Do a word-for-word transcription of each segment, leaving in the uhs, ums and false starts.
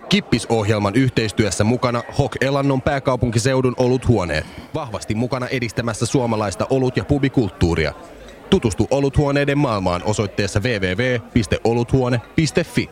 Kippis-ohjelman yhteistyössä mukana H O K Elannon pääkaupunkiseudun oluthuoneet. Vahvasti mukana edistämässä suomalaista olut- ja pubikulttuuria. Tutustu oluthuoneiden maailmaan osoitteessa double-u double-u double-u piste oluthuone piste fi.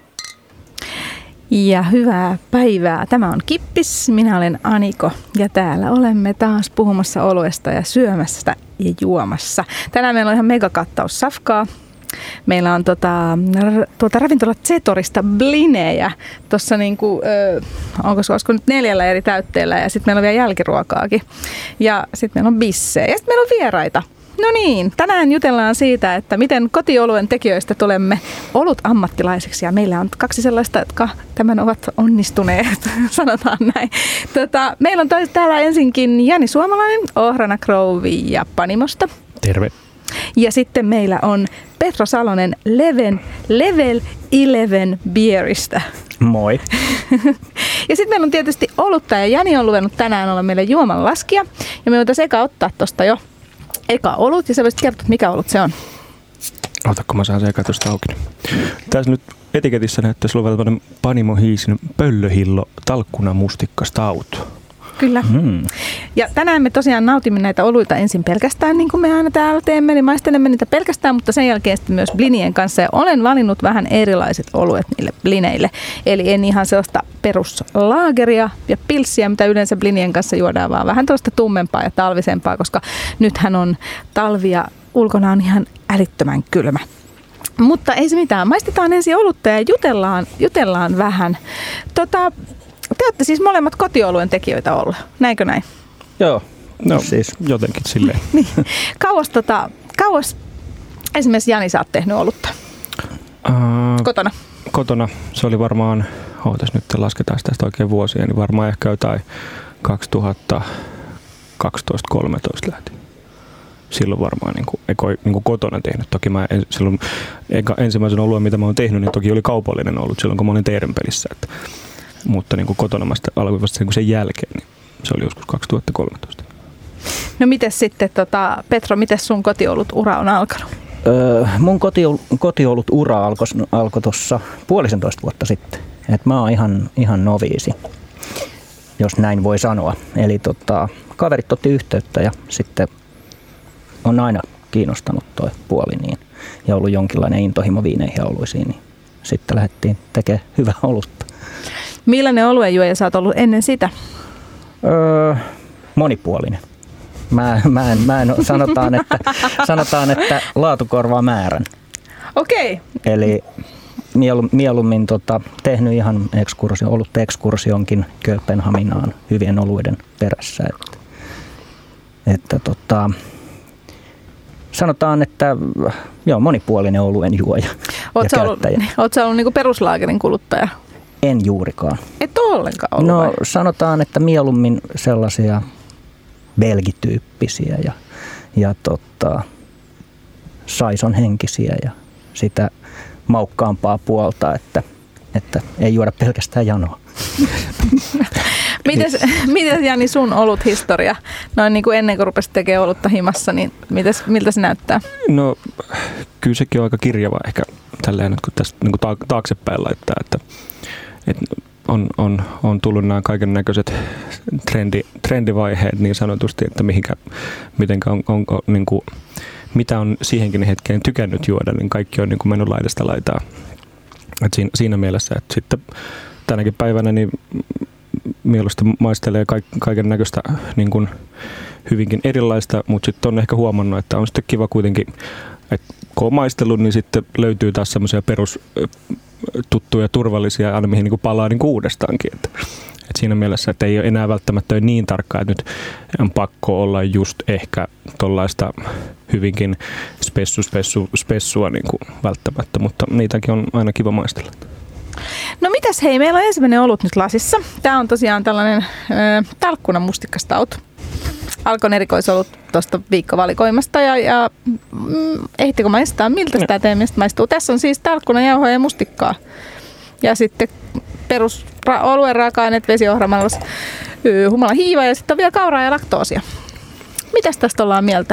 Ja hyvää päivää. Tämä on Kippis. Minä olen Aniko ja täällä olemme taas puhumassa oluesta ja syömässä ja juomassa. Tänään meillä on ihan megakattaus safkaa. Meillä on tota, tuota ravintola Zetorista blinejä. Tuossa niinku, ö, onko, olisiko nyt neljällä eri täytteellä ja sitten meillä on vielä jälkiruokaakin. Ja sitten meillä on bissejä ja sitten meillä on vieraita. No niin, tänään jutellaan siitä, että miten kotioluen tekijöistä tulemme olut ammattilaisiksi ja meillä on kaksi sellaista, jotka tämän ovat onnistuneet, sanotaan näin. Tota, meillä on täällä ensinkin Jani Suomalainen, Ohrana Krovi ja Panimosta. Terve. Ja sitten meillä on Petro Salonen Leven, Level Eleven Beeristä. Moi. Ja sitten meillä on tietysti olutta ja Jani on luvennut tänään olla meille juomanlaskija. Ja me voitaisiin eka ottaa tuosta jo eka olut ja sä voisit kertoa, mikä olut se on. Otakko mä saan se eka tuosta auki. Tässä nyt etiketissä näyttäisi luvella Panimo Hiisin pöllöhillo talkkuna mustikka stout. Kyllä. Mm. Ja tänään me tosiaan nautimme näitä oluita ensin pelkästään, niin kuin me aina täällä teemme, niin maistelemme niitä pelkästään, mutta sen jälkeen sitten myös blinien kanssa. Ja olen valinnut vähän erilaiset oluet niille blineille. Eli en ihan sellaista peruslaageria ja pilssiä, mitä yleensä blinien kanssa juodaan, vaan vähän tuosta tummempaa ja talvisempaa, koska nythän on talvi ja ulkona on ihan älyttömän kylmä. Mutta ei se mitään. Maistetaan ensin olutta ja jutellaan, jutellaan vähän. Tota... Te olette siis molemmat kotioluen tekijöitä olla, näinkö näin? Joo, no siis jotenkin silleen. Niin. Kauas, tota, kauas esimerkiksi Jani sä oot tehnyt olutta? Uh, kotona? Kotona. Se oli varmaan, ootas nyt lasketaan tästä oikein vuosia, niin varmaan ehkä jotain kaksituhattakaksitoista kolmetoista lähti. Silloin varmaan niin kuin, ekoi, niin kuin kotona tehnyt. Toki mä en, silloin eka, ensimmäisen oluen, mitä mä oon tehnyt, niin toki oli kaupallinen ollut silloin, kun mä olin teidän pelissä. Että mutta niin kuin kotona mä aloin vasta sen jälkeen, niin se oli joskus kaksituhattakolmetoista. No mites sitten, tota, Petro, miten sun kotiolut ura on alkanut? Öö, mun kotiolut, kotiolut ura alkoi alko tuossa puolisentoista vuotta sitten. Et mä oon ihan, ihan noviisi, jos näin voi sanoa. Eli tota, kaverit otti yhteyttä ja sitten on aina kiinnostanut toi puoli niin, ja ollut jonkinlainen intohimo viineihin ja oluisiin, niin sitten lähdettiin tekemään hyvää olutta. Millainen oluenjuoja sä oot ollut ennen sitä? Öö, monipuolinen. Mä, mä en, mä en sanotaan, että, sanotaan, että laatu korvaa määrän. Okei. Okay. Eli mielu, mieluummin tota, tehnyt ihan ekskursio, ollut ekskursionkin Kööpenhaminaan hyvien oluiden perässä. Että, että tota, sanotaan, että joo, monipuolinen oluen juoja oot ja sä käyttäjä. Ollut, oot sä ollut niinku peruslaakerin kuluttaja? En juurikaan. Et ole ollenkaan ollut No vai? Sanotaan, että mieluummin sellaisia belgityyppisiä ja, ja tota, saison henkisiä ja sitä maukkaampaa puolta, että, että ei juoda pelkästään janoa. Mites, mites Jani sun olut historia? Noin niin kuin ennen kuin rupesit tekemään olutta himassa, niin mites, miltä se näyttää? No kyllä sekin on aika kirjava ehkä tälleen, kun tästä niin kuin taaksepäin laittaa, että, että on, on, on tullut nämä kaiken näköiset trendi, trendivaiheet niin sanotusti, että mihinkä, mitenkä on, onko, niin kuin, mitä on siihenkin hetkeen tykännyt juoda, niin kaikki on niin kuin mennyt laidasta laitaa. Et siinä, siinä mielessä, että sitten tänäkin päivänä niin mieluusti maistelee kaiken näköistä niin kuin hyvinkin erilaista, mutta sitten on ehkä huomannut, että on sitten kiva kuitenkin, että kun on maistellut, niin sitten löytyy taas semmoisia perus tuttuja, turvallisia, aina mihin niin kuin palaa niin kuin uudestaankin. Että, että siinä mielessä, että ei ole enää välttämättä niin tarkkaa, että nyt on pakko olla just ehkä tuollaista hyvinkin spessu, spessu, spessua niin kuin välttämättä, mutta niitäkin on aina kiva maistella. No mitäs hei, meillä on ensimmäinen olut nyt lasissa. Tää on tosiaan tällainen äh, talkkuna mustikkastaut. Alkon erikoisolut tuosta viikkovalikoimasta ja, ja mm, ehtikö maistaa, miltä sitä teemistä maistuu. Tässä on siis talkkuna, jauhoja ja mustikkaa. Ja sitten perus ra- oluen raaka-aineet, vesiohramallas, humala hiiva ja sitten on vielä kauraa ja laktoosia. Mitäs tästä ollaan mieltä?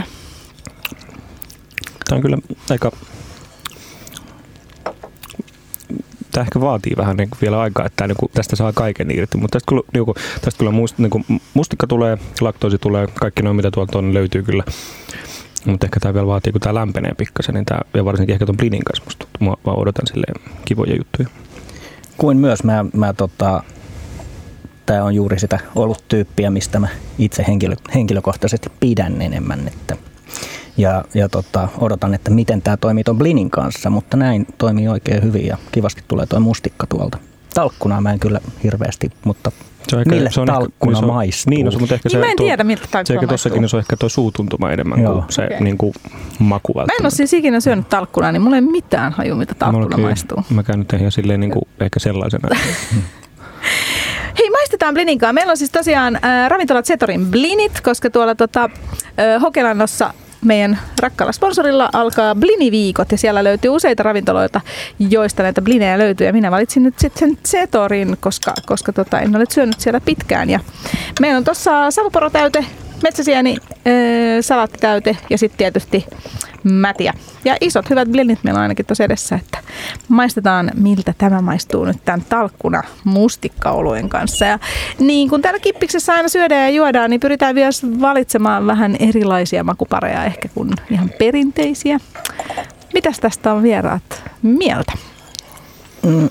Tämä on kyllä aika tämä ehkä vaatii vähän niin kuin vielä aikaa, että niin kuin tästä saa kaiken irti. Mutta tästä kyllä, niin kuin, tästä kyllä must, niin kuin mustikka tulee, laktoosi tulee, kaikki noin mitä tuolta on löytyy kyllä. Mutta ehkä tämä vielä vaatii, kun tämä lämpenee pikkasen, niin tämä, ja varsinkin ehkä tuon blinin kanssa musta tuntuu. Mä vaan odotan silleen kivoja juttuja. Kuin myös mä, mä tota, tämä on juuri sitä ollut tyyppiä, mistä mä itse henkilö, henkilökohtaisesti pidän enemmän. Että, ja ja tota, odotan, että miten tämä toimii tuon blinin kanssa, mutta näin toimii oikein hyvin ja kivasti tulee tuo mustikka tuolta. Talkkunaa mä en kyllä hirveästi, mutta ehkä, mille talkkuna ehkä, maistuu? Niin, no, mutta ehkä niin se, mä en tuo, tiedä, miltä talkkuna maistuu. Tossakin se on ehkä tuo suutuntuma enemmän Joo. kuin se okay. niin kuin maku välttämättä. Mä en ole siis ikinä syönyt talkkunaa, niin mulla ei mitään haju, mitä talkkuna maistuu. Mäkään nyt ihan silleen niin kuin ehkä sellaisena. Hei, maistetaan blininkaan. Meillä on siis tosiaan äh, ravintola Zetorin blinit, koska tuolla tota, äh, Hokelannossa meidän rakkaalla sponsorilla alkaa bliniviikot ja siellä löytyy useita ravintoloita, joista näitä blinejä löytyy. Ja minä valitsin nyt sitten Zetorin, koska, koska tota, en ole syönyt siellä pitkään. Ja meillä on tuossa savuporotäyte, metsäsieni, äh, salaattitäyte ja sitten tietysti mätiä. Ja isot hyvät blinit meillä on ainakin tuossa edessä, että maistetaan miltä tämä maistuu nyt tämän talkkuna mustikkaoluen kanssa. Ja niin kuin täällä Kippiksessä aina syödään ja juodaan, niin pyritään myös valitsemaan vähän erilaisia makupareja ehkä kuin ihan perinteisiä. Mitäs tästä on vieraat mieltä? Mm.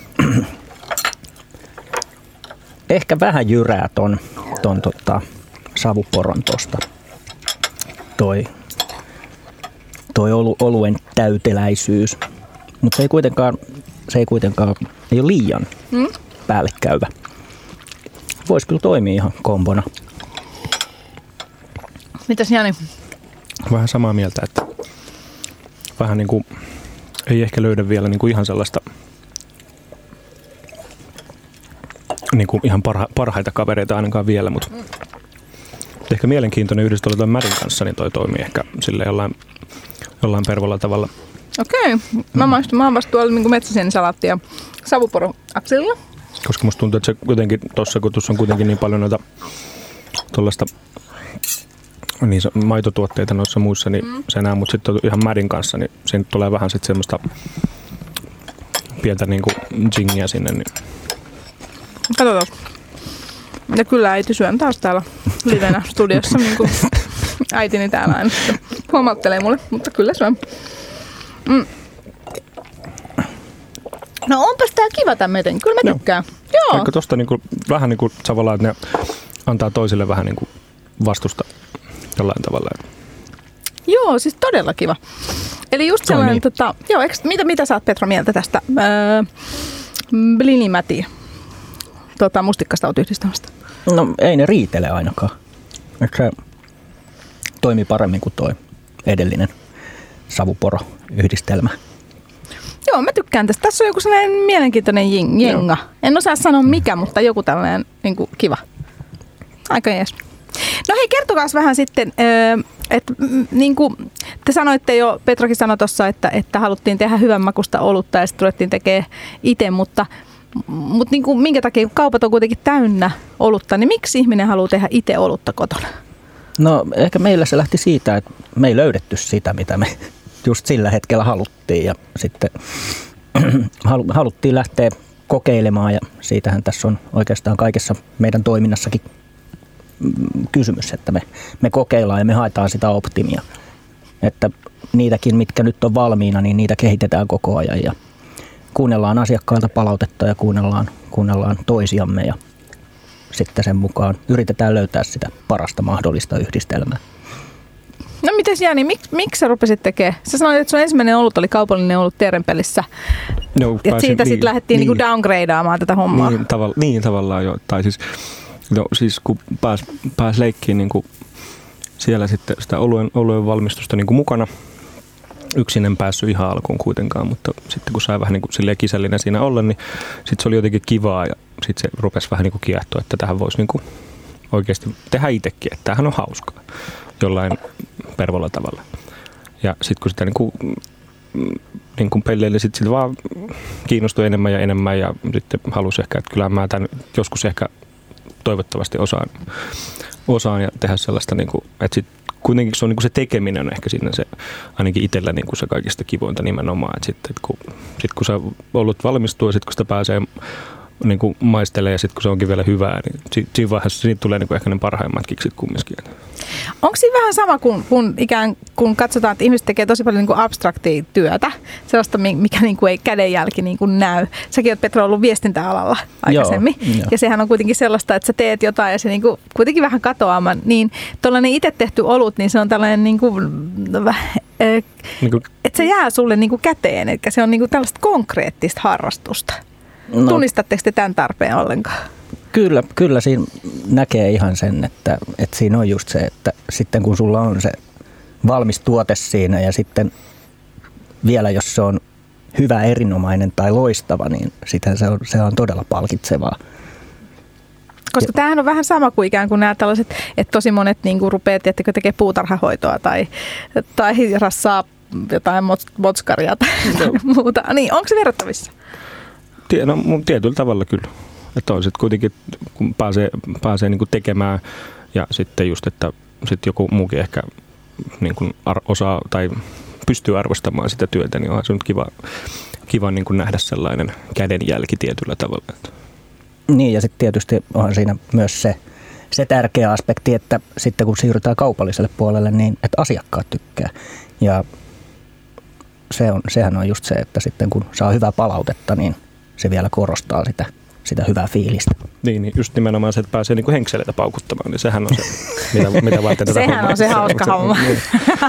Ehkä vähän jyrää ton, ton tota, savuporon tosta. Toi toi oluen täyteläisyys, mutta se ei kuitenkaan, se ei kuitenkaan ei ole liian mm? päälle käyvä. Voisi kyllä toimia ihan kombona. Mitäs Jani? Vähän samaa mieltä, että vähän niin kuin ei ehkä löydä vielä niin kuin ihan sellaista niin kuin ihan parha, parhaita kavereita ainakaan vielä, mutta mm. ehkä mielenkiintoinen yhdistely tuon Märin kanssa, niin toi toimii ehkä sille jollain jollain pervolla tavalla. Okei. Okay. Mä maistun, mä oon vasta tuolla niin metsäsieni-salaattia ja savuporo aksilla. Koska musta tuntuu, että se kuitenkin tossa, kun tuossa on kuitenkin niin paljon noita tuollaista niin maitotuotteita noissa muissa, niin mm. se enää, mutta sitten ihan Märin kanssa, niin siinä tulee vähän sitten semmoista pientä niinku jingiä sinne. Niin. Katsotaan. Ja kyllä äiti syön taas täällä livenä studiossa, niin kuin äitini täällä aina huomauttelee mulle, mutta kyllä syön. Mm. No onpas tää kiva tämmöinen, kyllä mä tykkään. Joo. Joo. Vaikka tosta niinku, vähän niin kuin tavallaan, että ne antaa toisille vähän niin kuin vastusta jollain tavalla. Joo, siis todella kiva. Eli just sellainen, niin. tota, joo, eikö, mitä, mitä sä oot Petra mieltä tästä öö, blinimäti tota, mustikkastautyhdistelmästä? No ei ne riitele ainakaan. Ehkä se toimii paremmin kuin toi edellinen savuporo-yhdistelmä. Joo, mä tykkään tästä. Tässä on joku sellainen mielenkiintoinen jing, jenga. Joo. En osaa sanoa mikä, mutta joku tällainen niin kuin kiva. Aika jees. No hei, kertokaa vähän sitten, että niin kuin te sanoitte jo, Petrakin sanoi tuossa, että, että haluttiin tehdä hyvän makusta olutta ja sitten ruvettiin tekemään itse, mutta, mutta niin kuin minkä takia, kun kaupat on kuitenkin täynnä olutta, niin miksi ihminen haluaa tehdä itse olutta kotona? No ehkä meillä se lähti siitä, että me ei löydetty sitä, mitä me just sillä hetkellä haluttiin ja sitten haluttiin lähteä kokeilemaan ja siitähän tässä on oikeastaan kaikessa meidän toiminnassakin kysymys, että me, me kokeillaan ja me haetaan sitä optimia. Että niitäkin, mitkä nyt on valmiina, niin niitä kehitetään koko ajan ja kuunnellaan asiakkailta palautetta ja kuunnellaan, kuunnellaan toisiamme ja sitten sen mukaan yritetään löytää sitä parasta mahdollista yhdistelmää. No mites Jani, mik, miksi sä rupesit tekemään? Sä sanoit, että sun ensimmäinen olut oli kaupallinen olut Teerenpelissä. No, ja siitä niin, sitten lähdettiin niin, niin downgradeaamaan tätä hommaa. Niin, tavalla, niin tavallaan jo. Tai siis, no, siis kun pääsi pääs leikkiin niin kuin siellä sitten sitä oluen, oluen valmistusta niin kuin mukana. Yksin en päässyt ihan alkuun kuitenkaan, mutta sitten kun sai vähän niin kuin silleen kisällinen siinä olla, niin sitten se oli jotenkin kivaa ja sitten se rupesi vähän niin kuin kiehtoa, että tähän voisi niin kuin oikeasti tehdä itsekin, että tämähän on hauskaa jollain pervolla tavalla. Ja sitten kun sitä niin kuin, niin kuin pelleili, sitten sit vaan kiinnostui enemmän ja enemmän ja sitten halusi ehkä, että kyllä mä tämän joskus ehkä toivottavasti osaan, osaan ja tehdä sellaista, niin kuin, että sitten kuitenkin se on niin kuin se tekeminen on ehkä siinä se, ainakin itsellä niin kuin se kaikista kivointa nimenomaan. Että sitten, että kun, sit kun sä olut valmistuu ja sitten kun sitä pääsee niin kuin maistelee ja sitten kun se onkin vielä hyvää, niin si- siinä vaiheessa siitä tulee niin kuin ehkä ne parhaimmat kiksit kumminkin. Onko siinä vähän sama, kun, kun ikään kun katsotaan, että ihmiset tekee tosi paljon niin kuin abstraktia työtä, sellaista, mikä niin kuin ei kädenjälki niin kuin näy. Säkin olet, Petra, ollut viestintäalalla aikaisemmin. Joo, jo. Ja sehän on kuitenkin sellaista, että sä teet jotain ja se niin kuin kuitenkin vähän katoamaan. Niin tuollainen itse tehty olut, niin se on tällainen, niin kuin, äh, niin kuin, että se jää sulle niin kuin käteen. Eli se on niin kuin tällaista konkreettista harrastusta. No. Tunnistatteko te tämän tarpeen ollenkaan? Kyllä, kyllä siinä näkee ihan sen, että, että siinä on just se, että sitten kun sulla on se valmis tuote siinä ja sitten vielä jos se on hyvä, erinomainen tai loistava, niin sitten se on, se on todella palkitsevaa. Koska tämähän on vähän sama kuin ikään kuin nämä tällaiset, että tosi monet niin kuin rupeaa tiettäkö tekee puutarhahoitoa tai, tai rassaa jotain motskaria tai no. muuta. Niin, onko se verrattavissa? No, tietyllä tavalla kyllä. Että on sitten kuitenkin, kun pääsee, pääsee niin kuin tekemään ja sitten just, että sitten joku muukin ehkä niin kuin osaa tai pystyy arvostamaan sitä työtä, niin onhan se nyt kiva, kiva niin kuin nähdä sellainen kädenjälki tietyllä tavalla. Niin ja sitten tietysti onhan siinä myös se, se tärkeä aspekti, että sitten kun siirrytään kaupalliselle puolelle, niin että asiakkaat tykkää. Ja se on, sehän on just se, että sitten kun saa hyvää palautetta, niin se vielä korostaa sitä, sitä hyvää fiilistä. Niin, niin just nimenomaan se, että pääsee niinku henkseleitä paukuttamaan, niin sehän on se, mitä, mitä varten tätä sehän hommaa. on se hauska se, homma. Niin.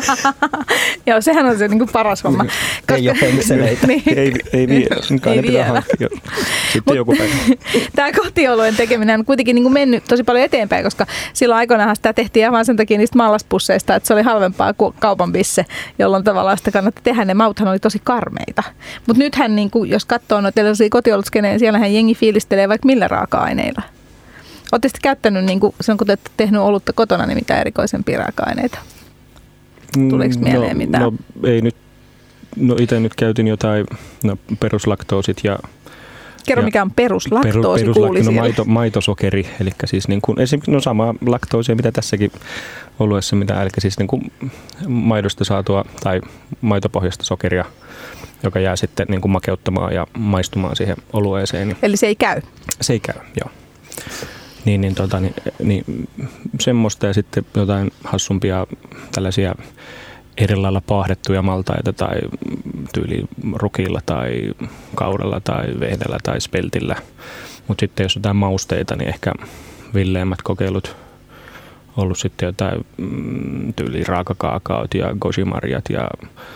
Joo, sehän on se niinku paras homma. Koska, ei ole henkseleitä. Niin. Ei, ei vielä. Ei ne vielä. Hankkia. Sitten joku päivä. Tämä kotiolojen tekeminen on kuitenkin niinku mennyt tosi paljon eteenpäin, koska silloin aikoinaan sitä tehtiin aivan sen takia niistä mallaspusseista, että se oli halvempaa kuin kaupan bisse, jolloin tavallaan sitä kannatti tehdä. Ne mauthan oli tosi karmeita. Mutta nythän, niinku, jos katsoo noita erilaisia kotiolutskeneen, siellähän jengi fiilistelee vaikka millä raaka-aineilla. Oletteko te käyttänyt, niin kuin, silloin kun te olette tehnyt olutta kotona, niin mitään erikoisempia raaka-aineita? Tuleeko mieleen no, mitään? No ei nyt, no itse nyt käytin jotain no, peruslaktoosit ja... Kerro ja mikä on peruslaktoosi, perus, kuulisi. No maito, maitosokeri, eli siis niin kuin, esimerkiksi no samaa laktoosia, mitä tässäkin oluessa, mitä eli siis niin kuin maidosta saatua tai maitopohjasta sokeria, joka jää sitten niin kuin makeuttamaan ja maistumaan siihen olueeseen. Niin eli se ei käy? Se ei käy, joo. Niin, niin, tota, niin, niin semmoista ja sitten jotain hassumpia tällaisia eri lailla paahdettuja maltaita tai tyyli rukilla tai kauralla tai vehnällä tai speltillä. Mutta sitten jos jotain mausteita, niin ehkä villeemmät kokeilut ollut sitten jotain tyyli raakakaakaot ja gojimarjat ja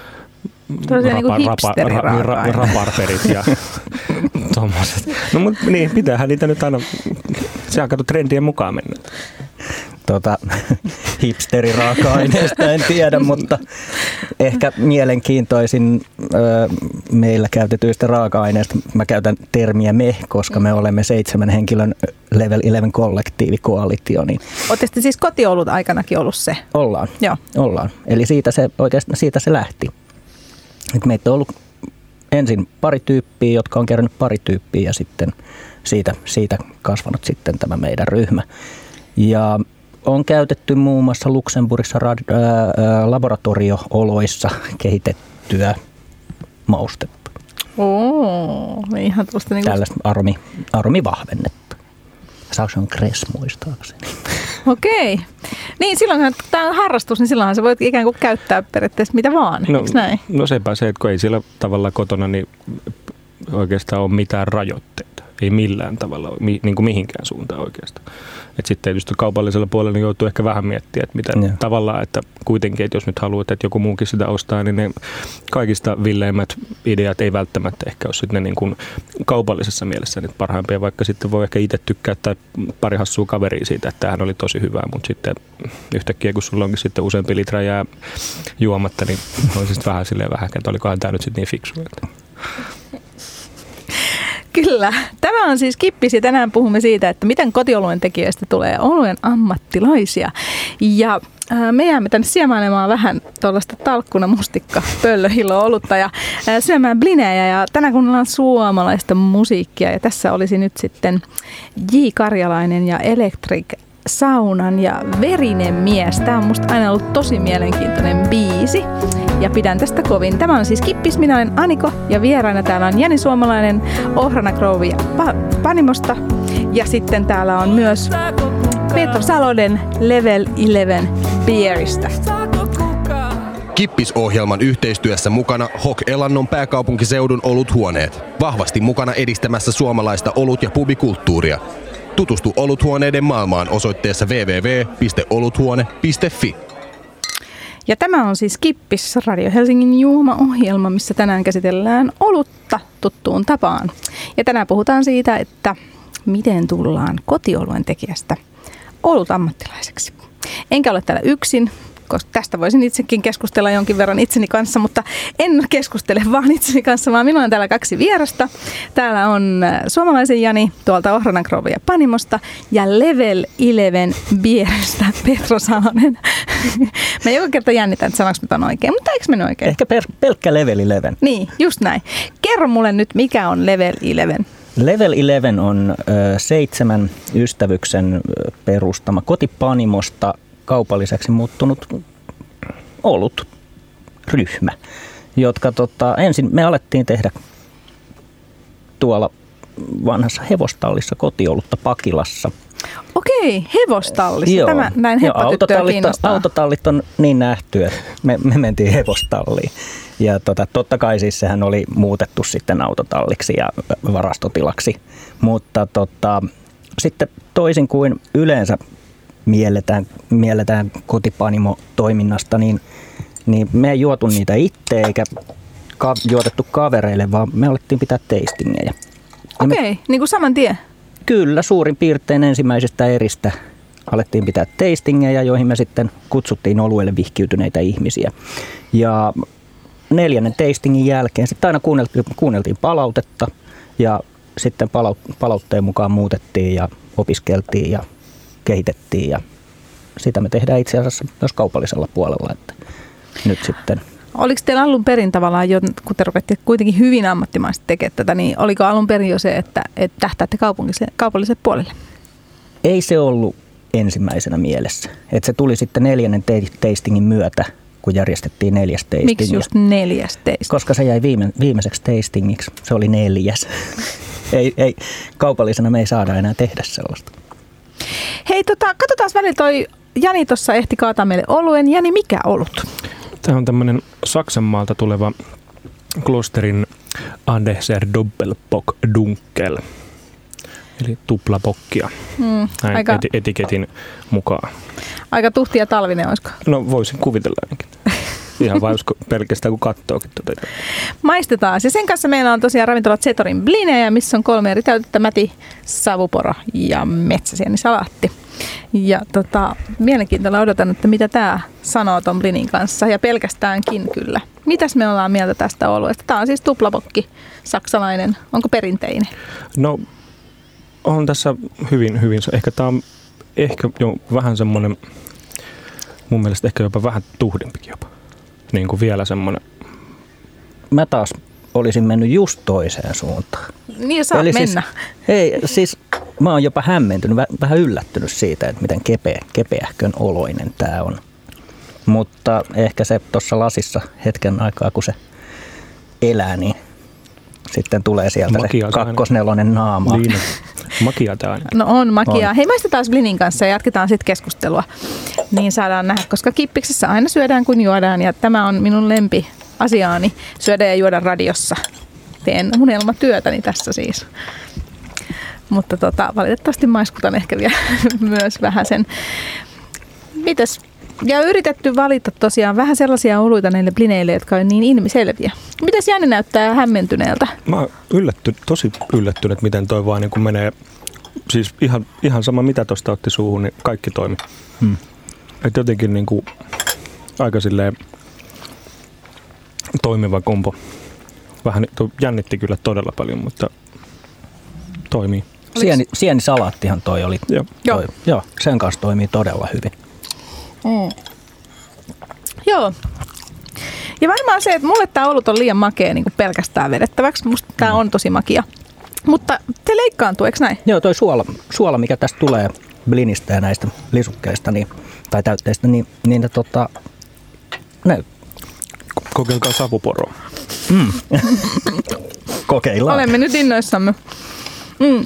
rapa, rapa, ra, ra, raparperit ja tommoset. No mutta niin, pitäähän niitä nyt aina, sehän kato trendien mukaan mennä. Tota, hipsteriraaka-aineesta en tiedä, mutta ehkä mielenkiintoisin ö, meillä käytetyistä raaka-aineista. Mä käytän termiä me, koska me olemme seitsemän henkilön Level yksitoista kollektiivikoalitio. Niin ootte siis kotiolut aikanakin ollut se? Ollaan, Joo. ollaan. Eli siitä se, oikeastaan siitä se lähti. Et meitä on ollut ensin pari tyyppiä, jotka on kerännyt pari tyyppiä ja sitten siitä, siitä kasvanut sitten tämä meidän ryhmä. Ja on käytetty muun muassa Luxemburgissa rad- ää, laboratorio-oloissa kehitettyä maustetta. Oo, ihan tuosta niin kuin... Tällaista aromi, aromivahvennetta. Sauksen Kress muistaakseni. Okei. Niin silloinhan, kun tämä on harrastus, niin silloinhan sä voit ikään kuin käyttää periaatteessa mitä vaan, no, eikö näin? No sepä se, että kun ei sillä tavalla kotona niin oikeastaan ole mitään rajoitteita. Ei millään tavalla, niin kuin mihinkään suuntaan oikeastaan. Et sitten tietysti kaupallisella puolella niin joutuu ehkä vähän miettimään, että mitä ja. tavallaan, että kuitenkin, että jos nyt haluat, että joku muukin sitä ostaa, niin ne kaikista villeimmät ideat ei välttämättä ehkä ole sitten niin kuin kaupallisessa mielessä niitä parhaimpia, vaikka sitten voi ehkä itse tykkää tai pari hassua kaveria siitä, että tämähän oli tosi hyvä, mutta sitten yhtäkkiä, kun sulla onkin sitten useampi litra jää juomatta, niin on siis vähän silleen vähän, että olikohan tämä nyt sitten niin fiksu. Kyllä. Tämä on siis Kippis ja tänään puhumme siitä, että miten kotioluen tekijöistä tulee oluen ammattilaisia. Ja ää, me jäämme tänne siemailemaan vähän tuollaista talkkuna mustikka pöllöhilloa olutta ja ää, syömään blinejä. Ja tänään kuunnellaan suomalaista musiikkia ja tässä olisi nyt sitten J. Karjalainen ja Electric Saunan ja Verinen mies. Tämä on musta aina ollut tosi mielenkiintoinen biisi ja pidän tästä kovin. Tämä on siis Kippis, minä olen Aniko ja vieraana täällä on Jani Suomalainen Ohrana Grove ja pa- Panimosta. Ja sitten täällä on myös Petro Salonen Level yksitoista Beeristä. Kippis-ohjelman yhteistyössä mukana H O K Elannon pääkaupunkiseudun oluthuoneet. Vahvasti mukana edistämässä suomalaista olut- ja pubikulttuuria. Tutustu oluthuoneiden maailmaan osoitteessa double-u double-u double-u piste oluthuone piste fi. Ja tämä on siis Kippis, Radio Helsingin juoma-ohjelma, missä tänään käsitellään olutta tuttuun tapaan. Ja tänään puhutaan siitä, että miten tullaan kotioluen tekijästä olut ammattilaiseksi. Enkä ole täällä yksin, koska tästä voisin itsekin keskustella jonkin verran itseni kanssa, mutta en keskustele vaan itseni kanssa, vaan minulla on täällä kaksi vierasta. Täällä on suomalaisen Jani tuolta Ohrana Grove ja Panimosta ja Level yksitoista Beeristä Petro Salonen. Mä joka kerta jännitän, että sanoinko mä oikein, mutta eikö mennyt oikein? Ehkä per, pelkkä Level yksitoista. Niin, just näin. Kerro mulle nyt, mikä on Level yksitoista? Level yksitoista on ö, seitsemän ystävyksen perustama kotipanimosta kaupalliseksi muuttunut olut ryhmä, jotka tota, ensin me alettiin tehdä tuolla vanhassa hevostallissa kotiolutta Pakilassa. Okei, hevostallissa. Joo. Tämä näin heppatyttöä kiinnostaa. Autotallit on niin nähty, että me, me mentiin hevostalliin. Ja tota, totta kai siis sehän oli muutettu sitten autotalliksi ja varastotilaksi, mutta tota, sitten toisin kuin yleensä mielletään, mielletään kotipanimo-toiminnasta, niin, niin me ei juotu niitä itse eikä ka- juotettu kavereille, vaan me alettiin pitää tastingejä. Okei, okay, niin kuin saman tien? Kyllä, suurin piirtein ensimmäisestä eristä alettiin pitää tastingejä, joihin me sitten kutsuttiin oluelle vihkiytyneitä ihmisiä. Ja neljännen tastingin jälkeen sitten aina kuunneltiin, kuunneltiin palautetta ja sitten palautteen mukaan muutettiin ja opiskeltiin ja kehitettiin ja sitä me tehdään itse asiassa myös kaupallisella puolella, että nyt sitten. Oliko teillä alun perin tavallaan, kun te rupettiin kuitenkin hyvin ammattimaisesti tekemään tätä, niin oliko alun perin jo se, että, että tähtäätte kaupalliselle puolelle? Ei se ollut ensimmäisenä mielessä. Että se tuli sitten neljännen tastingin myötä, kun järjestettiin neljäs tasting. Miksi just neljäs tasting? Koska se jäi viime, viimeiseksi tastingiksi. Se oli neljäs. ei, ei, kaupallisena me ei saada enää tehdä sellaista. Hei, tota, katsotaan välillä toi Jani tuossa ehti kaataa meille oluen. Jani, mikä olut? Tämä on tämmöinen Saksanmaalta tuleva Klosterin Andeser Doppelbock Dunkel, eli tuplapokkia, mm, näin aika, eti- etiketin mukaan. Aika tuhti ja talvinen, olisiko? No voisin kuvitella ainakin. Ihan vain pelkästään kun kattookin. Tuota. Maistetaan. Ja sen kanssa meillä on tosiaan ravintola Zetorin blinejä, missä on kolme eri täytettä: mäti, savuporo ja metsäsienisalaatti. Ja tota, mielenkiintoilla odotan, että mitä tämä sanoo ton blinin kanssa. Ja pelkästäänkin kyllä. Mitäs me ollaan mieltä tästä oluesta? Tämä on siis tuplapokki, saksalainen. Onko perinteinen? No on tässä hyvin, hyvin. Ehkä tämä on ehkä jo vähän semmoinen, mun mielestä ehkä jopa vähän tuhdempikin jopa. Niin kuin vielä semmoinen. Mä taas olisin mennyt just toiseen suuntaan. Niin saat Eli mennä. Siis, hei, siis mä oon jopa hämmentynyt, vähän yllättynyt siitä, että miten kepeä, kepeähkön oloinen tää on. Mutta ehkä se tuossa lasissa hetken aikaa, kun se elää, niin sitten tulee sieltä makia se kakkosnelonen naama. Niin. Makia tää on. No on makia. On. Hei, maistetaan blinin kanssa ja jatketaan sitten keskustelua. Niin saadaan nähdä, koska Kippiksessä aina syödään kun juodaan ja tämä on minun lempi asiaani, syödä ja juoda radiossa. Teen unelmatyötäni tässä siis. Mutta tota, valitettavasti maiskutan ehkä vielä myös vähän sen. Mitäs? Ja yritetty valita tosiaan vähän sellaisia oluita näille blineille, jotka on niin ilmiselviä. Mitäs Jani näyttää hämmentyneeltä? Mä oon yllätty, tosi yllättynyt, miten toi vaan niin menee. Siis ihan, ihan sama mitä tuosta otti suuhun, niin kaikki toimi. Hmm. Et jotenkin niin kuin aika silleen toimiva kompo. Vähän jännitti kyllä todella paljon, mutta toimii. Sieni, sienisalaattihan toi oli. Joo. Toi, joo, sen kanssa toimii todella hyvin. Mm. Joo. Ja varmaan se, että mulle tää olut on liian makea niin kuin pelkästään vedettäväksi. Musta tää mm. on tosi makia. Mutta te leikkaantuu, eikö näin? Joo, toi suola, suola mikä tästä tulee, blinistä ja näistä lisukkeista niin, tai täytteistä, niin, niin tota, ne. Kokeilkaa savuporoa. Mm. Kokeillaan. Olemme nyt innoissamme. Mm.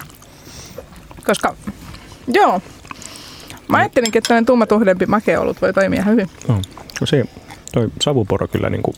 Koska, joo, mä ajattelinkin, että tämmöinen tummatuhdempi makeolut voi toimia hyvin. No, se, toi savuporo kyllä niinku,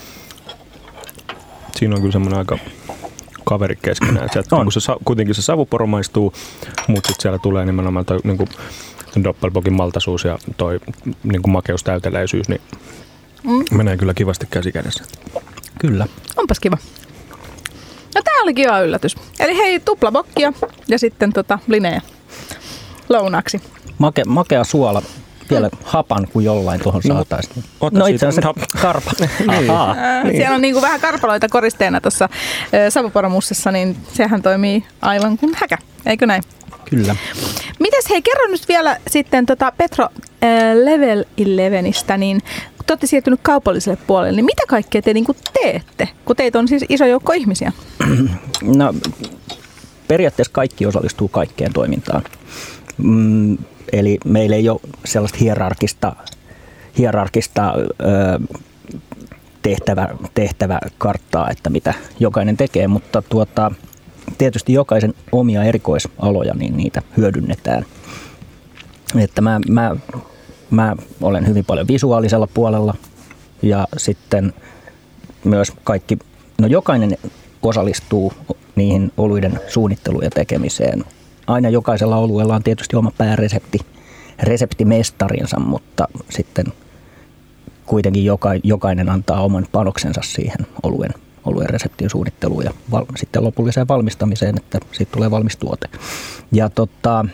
siinä on kyllä semmoinen aika kaveri keskenään. Sieltä, niin se, kuitenkin se savuporo maistuu, mutta sitten siellä tulee nimenomaan toi niinku, doppelbogin maltaisuus ja toi niinku makeustäyteläisyys, niin mm. menee kyllä kivasti käsi kädessä. Kyllä. Onpas kiva. No tää oli kiva yllätys. Eli hei, tuplabokkia ja sitten tota blinejä lounaaksi. Make, makea suola. Vielä hapan kuin jollain tuohon no, saataisiin. No itse asiassa hap- karpa. niin. niin. Siellä on niinku vähän karpaloita koristeena tuossa savuporomussessa, niin sehän toimii aivan kuin häkä. Eikö näin? Kyllä. Mites hei, kerro nyt vielä sitten tota Petro äh, Level elevenistä, niin kun te olette siirtynyt kaupalliselle puolelle, niin mitä kaikkea te niinku teette, kun teitä on siis iso joukko ihmisiä? No periaatteessa kaikki osallistuu kaikkeen toimintaan. Mm, eli meillä ei ole sellaista hierarkista, hierarkista ö, tehtävä, tehtäväkarttaa, että mitä jokainen tekee, mutta tuota, tietysti jokaisen omia erikoisaloja, niin niitä hyödynnetään. Että mä, mä, mä olen hyvin paljon visuaalisella puolella ja sitten myös kaikki, no jokainen osallistuu niihin oluiden suunnitteluun ja tekemiseen. Aina jokaisella oluella on tietysti oma pääresepti, reseptimestarinsa, mutta sitten kuitenkin joka, jokainen antaa oman panoksensa siihen oluen, oluen reseptin suunnitteluun ja val, sitten lopulliseen valmistamiseen, että siitä tulee valmis tuote. Ja tota,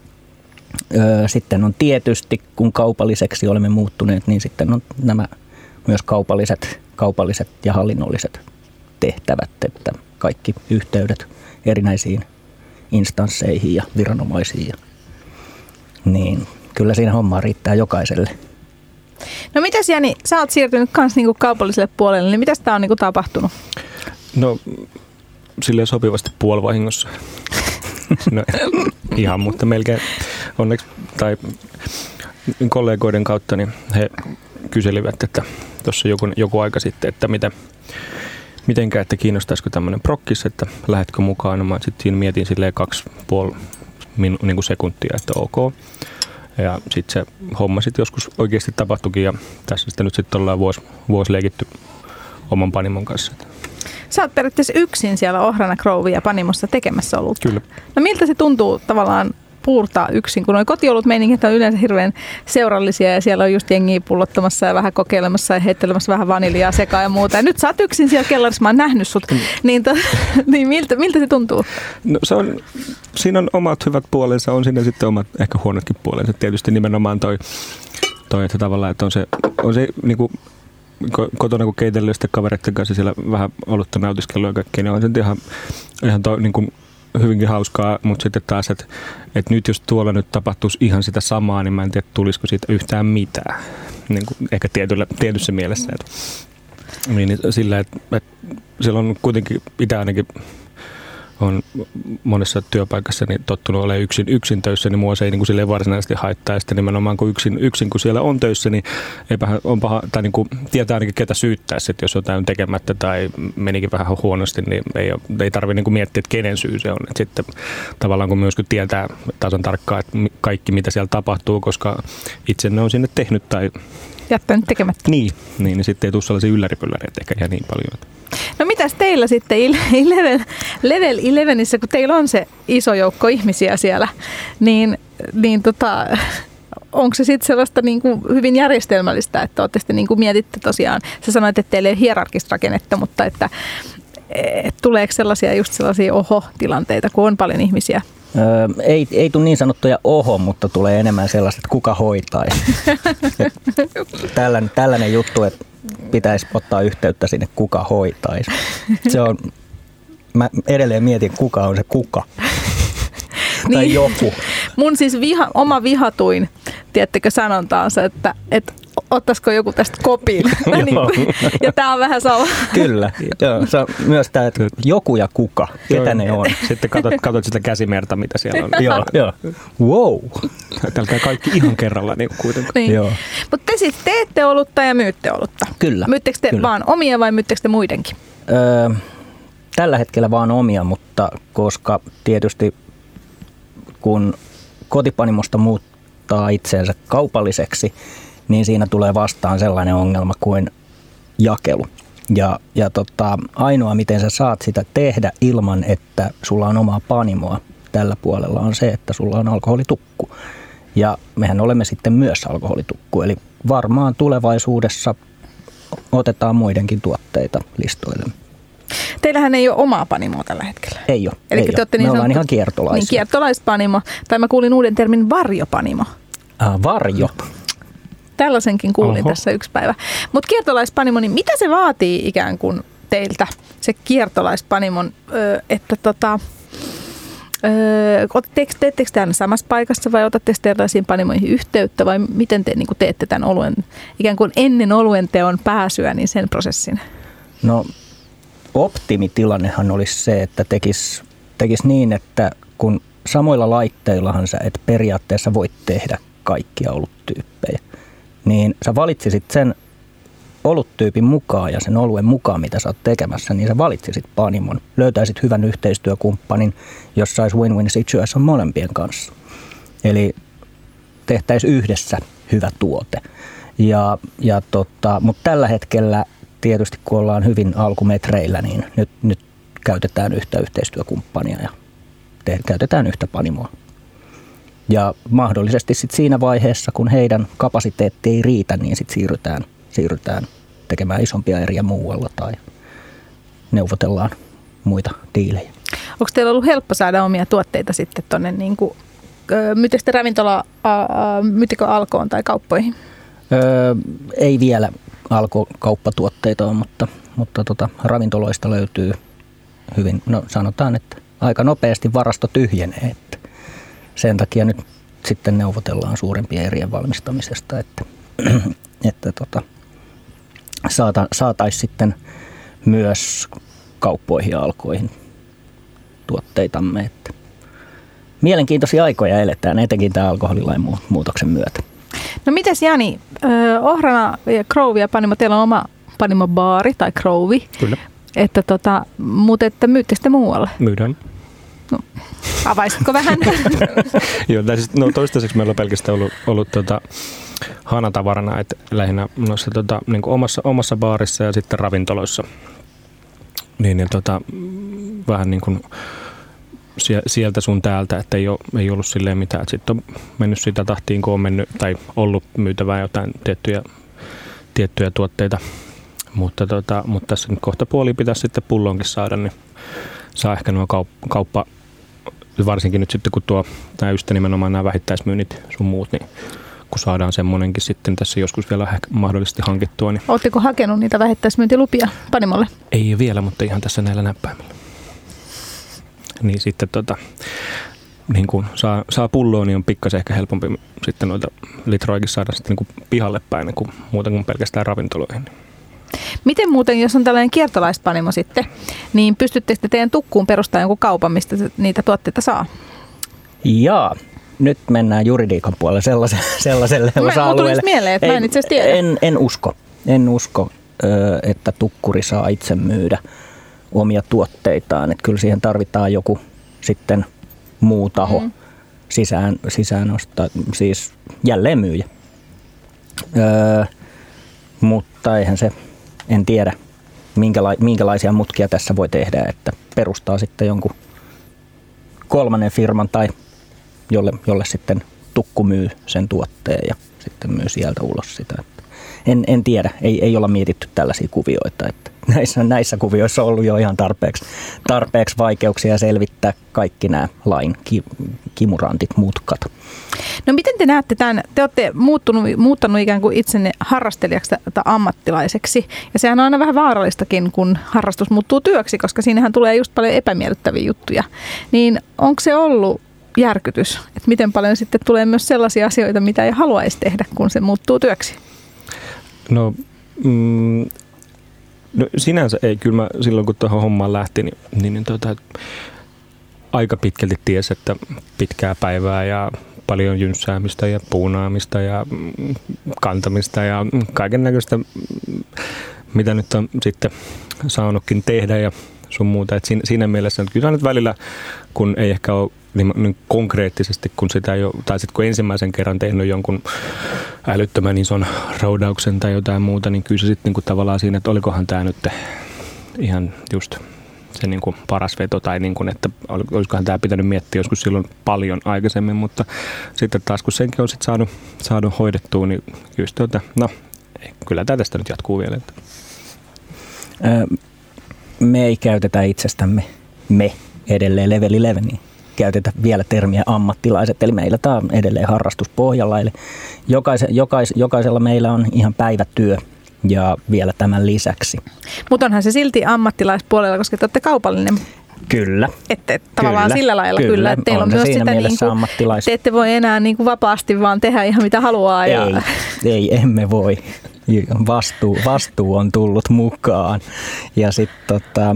ö, sitten on tietysti, kun kaupalliseksi olemme muuttuneet, niin sitten on nämä myös kaupalliset, kaupalliset ja hallinnolliset tehtävät, että kaikki yhteydet erinäisiin instansseihin ja viranomaisiin. Ja, niin kyllä siinä hommaa riittää jokaiselle. No mitäs Jani, sä oot siirtynyt kans niinku kaupalliselle puolelle, niin mitäs tää on niinku tapahtunut? No silleen sopivasti puolivahingossa. No ihan, mutta melkein onneksi, tai kollegoiden kautta, niin he kyselivät, että tuossa joku, joku aika sitten, että mitä mitenkä, että kiinnostaisiko tämmöinen prokkis, että lähdetkö mukaan. No mä sitten siinä mietin silleen kaksi puoli minu, niin kuin sekuntia, että ok. Ja sitten se homma sitten joskus oikeasti tapahtuikin ja tässä sitten nyt sitten ollaan vuosi, vuosi leikitty oman panimon kanssa. Sä oot periaatteessa yksin siellä Ohrana Grovia panimossa tekemässä ollut. Kyllä. No miltä se tuntuu tavallaan puurtaa yksin, kun nuo kotiolut meiningit on yleensä hirveän seurallisia ja siellä on just jengiä pullottamassa ja vähän kokeilemassa ja heittelemässä vähän vaniljaa sekaan ja muuta. Ja nyt sä oot yksin siellä kellarissa, mä oon nähnyt sut. Mm. Niin, to, niin miltä, miltä se tuntuu? No se on, siinä on omat hyvät puolensa, on siinä sitten omat ehkä huonotkin puolensa. Tietysti nimenomaan toi, toi että tavallaan, että on se, on se niinku kotona kun keitellyt sitten kavereiden kanssa siellä vähän olutta nautiskelua ja kaikkea, niin on se ihan, ihan toi, niin kuin hyvinkin hauskaa, mutta sitten taas, että, että nyt jos tuolla nyt tapahtuisi ihan sitä samaa, niin mä en tiedä, tulisiko siitä yhtään mitään. Niin kuin ehkä tietyllä, tietyssä mielessä. Että, niin sillä, että, että siellä on kuitenkin itse ainakin on monessa työpaikassa niin tottunut olemaan yksin, yksin töissä, niin mua se ei niin kuin silleen varsinaisesti haittaa. Ja sitten nimenomaan kun yksin, yksin kun siellä on töissä, niin eipä on paha, tai niin kuin tietää ainakin ketä syyttää, että jos jotain tekemättä tai menikin vähän huonosti, niin ei, ole, ei tarvitse niin kuin miettiä, että kenen syy se on. Et sitten tavallaan kun myös kun tietää tasan tarkkaan, että kaikki mitä siellä tapahtuu, koska itse ne on sinne tehnyt tai jättänyt tekemättä. Niin, niin, niin sitten ei tule sellaisia ylläripylläreitä ehkä ihan niin paljon. No mitäs teillä sitten Level, Level elevenissä, kun teillä on se iso joukko ihmisiä siellä, niin, niin tota, onko se sitten sellaista niin kuin hyvin järjestelmällistä, että olette sitten niin kuin mietitte tosiaan, sä sanoit, että teillä ei ole hierarkista rakennetta, mutta että et, tuleeko sellaisia just sellaisia oho-tilanteita, kun on paljon ihmisiä? Öö, ei, ei tule niin sanottuja oho, mutta tulee enemmän sellaista, että kuka hoitaisi. tällainen, tällainen juttu, että pitäisi ottaa yhteyttä sinne, kuka hoitaisi. Se on, mä edelleen mietin, kuka on se kuka. tai niin, joku. Mun siis viha, oma vihatuin, tiedättekö sanontaansa, että, että ottaisiko joku tästä kopin? niin kuin, ja tää on vähän sama. Kyllä. Joo, se on myös tämä, että joku ja kuka. Ketä ne on? Sitten katsot, katsot sitä käsimerta, mitä siellä on. Joo, joo. Wow. Älkää kaikki ihan kerralla niin kuitenkaan. Niin. Mutta te sitten teette olutta ja myytte olutta. Kyllä. Myyttekö te Kyllä. vaan omia vai myyttekö te muidenkin? Öö, tällä hetkellä vaan omia, mutta koska tietysti kun kotipanimosta muuttaa itseensä kaupalliseksi, niin siinä tulee vastaan sellainen ongelma kuin jakelu. Ja, ja tota, ainoa, miten sä saat sitä tehdä ilman, että sulla on omaa panimoa tällä puolella, on se, että sulla on alkoholitukku. Ja mehän olemme sitten myös alkoholitukku, eli varmaan tulevaisuudessa otetaan muidenkin tuotteita listoille. Teillähän ei ole omaa panimoa tällä hetkellä. Ei ole. Eli ei te olette ole. niin Me ollaan sanottu, ihan kiertolaisia. Niin, kiertolaispanimo. Tai mä kuulin uuden termin varjopanimo. Äh, varjo. Tällaisenkin kuulin Oho. tässä yksi päivä. Mutta kiertolaispanimo, niin mitä se vaatii ikään kuin teiltä, se kiertolaispanimon, öö, että tota, öö, teettekö te aina samassa paikassa vai otatte te erilaisiin panimoihin yhteyttä vai miten te niin kuin teette tämän oluen, ikään kuin ennen oluen teon pääsyä, niin sen prosessin? No optimitilannehan olisi se, että tekisi tekis niin, että kun samoilla laitteillahan sä et periaatteessa voi tehdä kaikkia oluttyyppejä, niin sä valitsisit sen oluttyypin mukaan ja sen oluen mukaan, mitä sä oot tekemässä, niin sä valitsisit panimon. Löytäisit hyvän yhteistyökumppanin, jos sais win-win situation molempien kanssa. Eli tehtäisiin yhdessä hyvä tuote. Ja, ja tota, mutta tällä hetkellä tietysti kun ollaan hyvin alkumetreillä, niin nyt, nyt käytetään yhtä yhteistyökumppania ja te, käytetään yhtä panimoa. Ja mahdollisesti sit siinä vaiheessa, kun heidän kapasiteetti ei riitä, niin sit siirrytään, siirrytään tekemään isompia eriä muualla tai neuvotellaan muita diilejä. Onko teillä ollut helppo saada omia tuotteita sitten tuonne, niin kuin, myyttekö te ravintola, myyttekö Alkoon tai kauppoihin? Öö, ei vielä Alko-kauppatuotteita ole, mutta, mutta tota, ravintoloista löytyy hyvin, no sanotaan, että aika nopeasti varasto tyhjenee, että sen takia nyt sitten neuvotellaan suurempien erien valmistamisesta, että, että tota, saata, saataisiin sitten myös kauppoihin ja Alkoihin tuotteitamme. Että mielenkiintoisia aikoja eletään, etenkin tämän alkoholilain muutoksen myötä. No mites Jani, Ohrana ja Krovi ja Panimo, teillä on oma Panimo-baari tai Krovi. Kyllä. Että tota, mutta että myytte sitä muualle? Myydään. No, avaisitko vähän? Joo, siis, no toistaiseksi meillä on pelkästään ollut, ollut tota, hanatavarana, että lähinnä noissa, tota, niin kuin omassa, omassa baarissa ja sitten ravintoloissa. Niin, ja tota, vähän niin kuin sieltä sun täältä, että ei, ole, ei ollut silleen mitään. Sitten on mennyt sitä tahtiin, kun on mennyt tai ollut myytävää jotain tiettyjä, tiettyjä tuotteita. Mutta, tota, mutta tässä nyt kohta puoli pitäisi sitten pullonkin saada, niin saa ehkä nuo kaup- kauppa, varsinkin nyt sitten kun tuo nämä just nimenomaan nämä vähittäismyynnit sun muut, niin kun saadaan semmoinenkin sitten tässä joskus vielä ehkä mahdollisesti hankittua. Niin oletteko hakenut niitä vähittäismyyntilupia Panimolle? Ei vielä, mutta ihan tässä näillä näppäimillä. Niin sitten tota, niin kun saa, saa pulloa, niin on pikkasen ehkä helpompi sitten noita litroikin saada sitten niin kuin pihalle päin kuin muuten kuin pelkästään ravintoloihin. Miten muuten, jos on tällainen kiertolaispanimo sitten, niin pystyttekö te teidän tukkuun perustamaan jonkun kaupan, mistä niitä tuotteita saa? Jaa, nyt mennään juridiikan puolelle sellaiselle, sellaiselle mä, osa-alueelle. Mieleen, että mä en itse asiassa tiedä. En, en usko, en usko, että tukkuri saa itse myydä omia tuotteitaan. Että kyllä siihen tarvitaan joku sitten muu taho mm. sisään, sisään ostaa, siis jälleen myyjä. Öö, mutta eihän se, en tiedä minkäla- minkälaisia mutkia tässä voi tehdä, että perustaa sitten jonkun kolmannen firman tai jolle, jolle sitten tukku myy sen tuotteen ja sitten myy sieltä ulos sitä. En, en tiedä, ei, ei olla mietitty tällaisia kuvioita, että näissä, näissä kuvioissa on ollut jo ihan tarpeeksi, tarpeeksi vaikeuksia selvittää kaikki nämä lain ki, kimurantit, mutkat. No miten te näette tämän? Te olette muuttunut, muuttanut ikään kuin itsenne harrastelijaksi tai ammattilaiseksi. Ja sehän on aina vähän vaarallistakin, kun harrastus muuttuu työksi, koska siinähän tulee just paljon epämiellyttäviä juttuja. Niin onko se ollut järkytys, että miten paljon sitten tulee myös sellaisia asioita, mitä ei haluaisi tehdä, kun se muuttuu työksi? No, mm, no sinänsä ei. Kyllä mä silloin kun tuohon hommaan lähti, niin, niin, niin tota, aika pitkälti tiesi, että pitkää päivää ja paljon jynssäämistä ja puunaamista ja kantamista ja kaiken näköistä, mitä nyt on sitten saanutkin tehdä ja sun muuta. Et siinä, siinä mielessä, että kyllä nyt välillä, kun ei ehkä ole niin, niin konkreettisesti, kun sitä jo, tai sitten kun ensimmäisen kerran tehnyt jonkun älyttömän ison roudauksen tai jotain muuta, niin kyllä se sitten niin tavallaan siinä, että olikohan tämä nyt ihan just se niin kuin paras veto tai niin kuin, että olisikohan tämä pitänyt miettiä joskus silloin paljon aikaisemmin, mutta sitten taas kun senkin on sitten saanut, saanut hoidettua, niin just tuota, no kyllä tämä tästä nyt jatkuu vielä. Me ei käytetä itsestämme, me edelleen Level Eleveniin, käytetä vielä termiä ammattilaiset, eli meillä tämä on edelleen harrastuspohjalla, eli jokais, jokais, jokaisella meillä on ihan päivätyö ja vielä tämän lisäksi. Mutta onhan se silti ammattilaispuolella, koska te olette kaupallinen. Kyllä. Että et, tavallaan kyllä, sillä lailla kyllä, kyllä että teillä on, on myös sitä niin kuin, te ette voi enää niin kuin vapaasti vaan tehdä ihan mitä haluaa. Ei, ja... ei emme voi. Vastuu, vastuu on tullut mukaan. Ja sitten tota,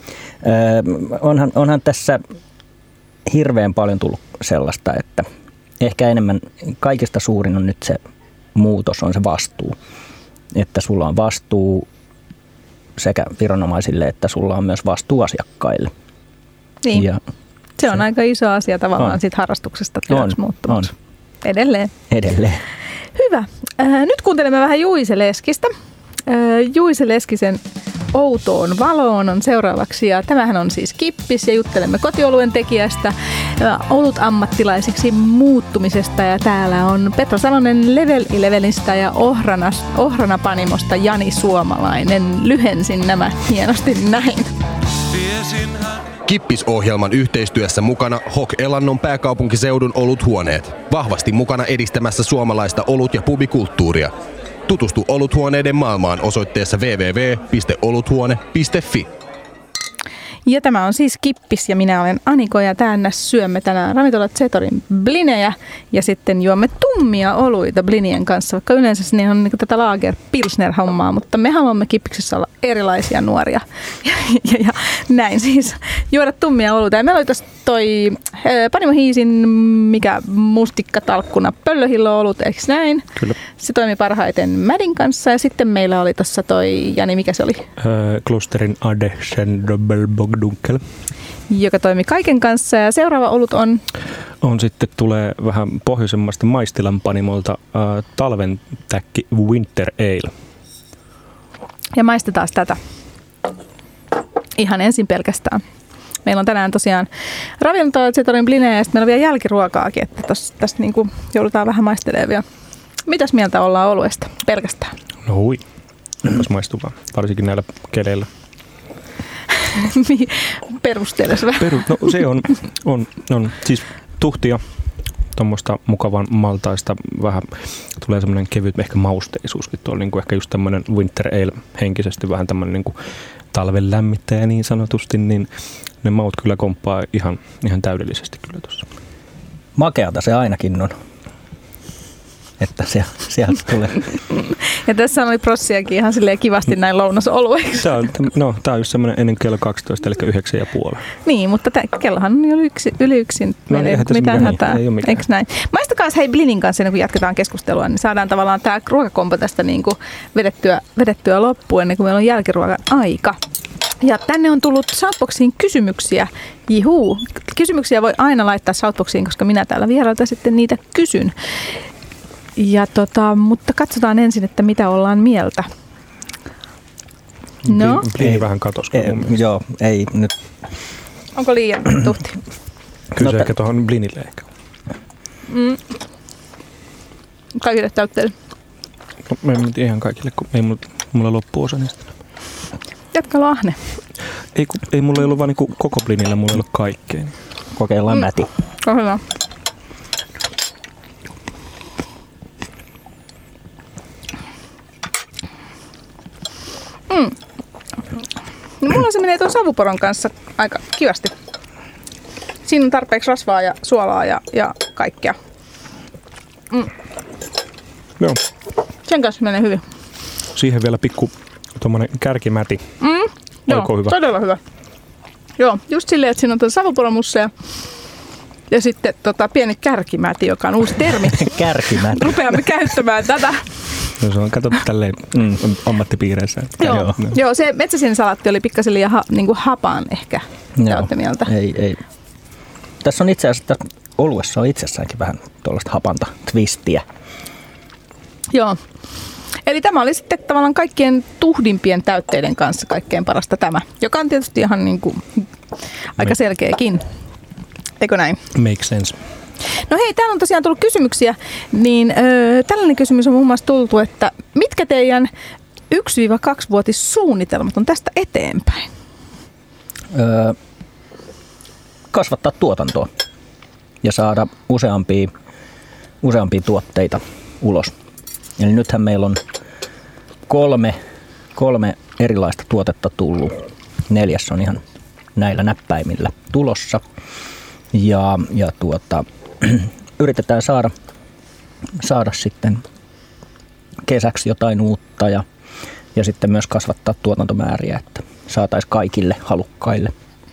onhan, onhan tässä hirveän paljon tullut sellaista, että ehkä enemmän, kaikista suurin on nyt se muutos, on se vastuu. Että sulla on vastuu sekä viranomaisille, että sulla on myös vastuu asiakkaille. Niin, ja se on se, aika iso asia tavallaan siitä harrastuksesta työksi muuttumassa. Edelleen. Edelleen. Hyvä. Äh, nyt kuuntelemme vähän Juise Leskistä. Äh, Juise Leskisen Outoon valoon on seuraavaksi, ja tämähän on siis Kippis, ja juttelemme kotioluen tekijästä, olut ammattilaisiksi muuttumisesta, ja täällä on Petra Salonen Level Elevenistä ja Ohrana, Ohrana Panimosta Jani Suomalainen. Lyhensin nämä hienosti näin. Kippis-ohjelman yhteistyössä mukana Hok Elannon pääkaupunkiseudun oluthuoneet. Vahvasti mukana edistämässä suomalaista olut- ja pubikulttuuria. Tutustu oluthuoneiden maailmaan osoitteessa double-u double-u double-u piste oluthuone piste fi. Ja tämä on siis Kippis ja minä olen Aniko ja täällä syömme tänään ravintola Zetorin blinejä ja sitten juomme tummia oluita blinien kanssa, vaikka yleensä sinne on niin tätä lager pilsner hommaa, mutta me haluamme Kippiksessä olla erilaisia nuoria ja, ja, ja näin siis juoda tummia oluita. Ja meillä oli tuossa toi Panimo Hiisin, mikä mustikkatalkkuna pöllöhillo-olut, eikö näin? Kyllä. Se toimi parhaiten Mädin kanssa ja sitten meillä oli tuossa toi, Jani, mikä se oli? Öö, Klusterin Adeshen Doppelbock Dunkel. Joka toimi kaiken kanssa ja seuraava olut on? On sitten tulee vähän pohjoisemmasta Maistilan panimolta äh, talven täkki Winter Ale. Ja maistetaan tätä ihan ensin pelkästään. Meillä on tänään tosiaan ravintola Zetorin blinejä ja sitten meillä on vielä jälkiruokaakin, että tässä, tässä niin kuin joudutaan vähän maistelemaan vielä. Mitäs mieltä ollaan oluesta pelkästään? No hui, onpas maistuvaa, varsinkin näillä keleillä. Perusteella se vähän. Peru, no se on, on, on siis tuhtia, tuommoista mukavan maltaista, vähän tulee semmoinen kevyt ehkä mausteisuuskin tuolla, niin kuin ehkä just tämmöinen winter ale henkisesti, vähän tämmöinen niin kuin talven lämmittäjä niin sanotusti, niin ne maut kyllä komppaa ihan, ihan täydellisesti kyllä tuossa. Makeata se ainakin on. Että se, sieltä tulee. Ja tässä oli prossiakin ihan silleen kivasti näin lounasolueiksi. Tämä on, no, tämä on just semmoinen ennen kello kaksitoista, eli yhdeksän ja puoli. Niin, mutta tämä, kellohan on jo yksi, yli yksin. No niin, eihän tässä mitään hätää. Ei ole mikään. Eikö näin? Maistakaa hei Blinin kanssa, kun jatketaan keskustelua, niin saadaan tavallaan tämä ruokakompo tästä niin kuin vedettyä, vedettyä loppuun, ennen kuin meillä on jälkiruokan aika. Ja tänne on tullut Shoutboxiin kysymyksiä. Jihuu. Kysymyksiä voi aina laittaa Shoutboxiin, koska minä täällä vierailta sitten niitä kysyn. Ja tota, mutta katsotaan ensin, että mitä ollaan mieltä. No? Blini vähän katoska mun mielestä. Joo, ei nyt. Onko liian tuhti? Kyllä se no, ehkä tuohon Blinille ehkä. Mm. Kaikille täytteille. No, en tiedä ihan kaikille, kun ei mulla, mulla loppu osa niistä. Jatkalo Ahne. Ei, kun, ei mulla ei ollut vaan niin koko Blinillä, mulla ei ollut kaikkein. Kokeillaan mm. mäti. Oh, hyvä. Mm. No, mulla se menee tuon savuporon kanssa aika kivasti. Siinä on tarpeeksi rasvaa ja suolaa ja, ja kaikkea. Mm. Joo. Sen kanssa menee hyvin. siihen vielä pikku tuommoinen kärkimäti. Mm, joo, hyvä? Todella hyvä. Joo, just silleen, että siinä on tuota savuporomusseja ja sitten tota, pieni kärkimäti, joka on uusi termi. Kärkimäti. Rupeamme käyttämään tätä. No se on, kato tälleen mm, ammattipiireissä. Joo, joo. joo, se metsäsienisalatti oli pikkasen liian ha, niin kuin hapan ehkä. Joo, ei, ei. Tässä on itse asiassa, tässä oluessa on itsessäänkin vähän tuollaista hapanta twistiä. Joo. Eli tämä oli sitten tavallaan kaikkien tuhdimpien täytteiden kanssa kaikkein parasta tämä, joka on tietysti ihan niin kuin aika selkeäkin. Eikö näin? Make sense. No hei, täällä on tosiaan tullut kysymyksiä, niin öö, tällainen kysymys on muun muassa tultu, että mitkä teidän yksi-kaksi-vuotissuunnitelmat on tästä eteenpäin? Öö, kasvattaa tuotantoa ja saada useampia, useampia tuotteita ulos. Eli nythän meillä on kolme, kolme erilaista tuotetta tullut. Neljäs on ihan näillä näppäimillä tulossa. Ja, ja tuota, yritetään saada, saada sitten kesäksi jotain uutta ja, ja sitten myös kasvattaa tuotantomääriä, että saataisiin kaikille halukkaille.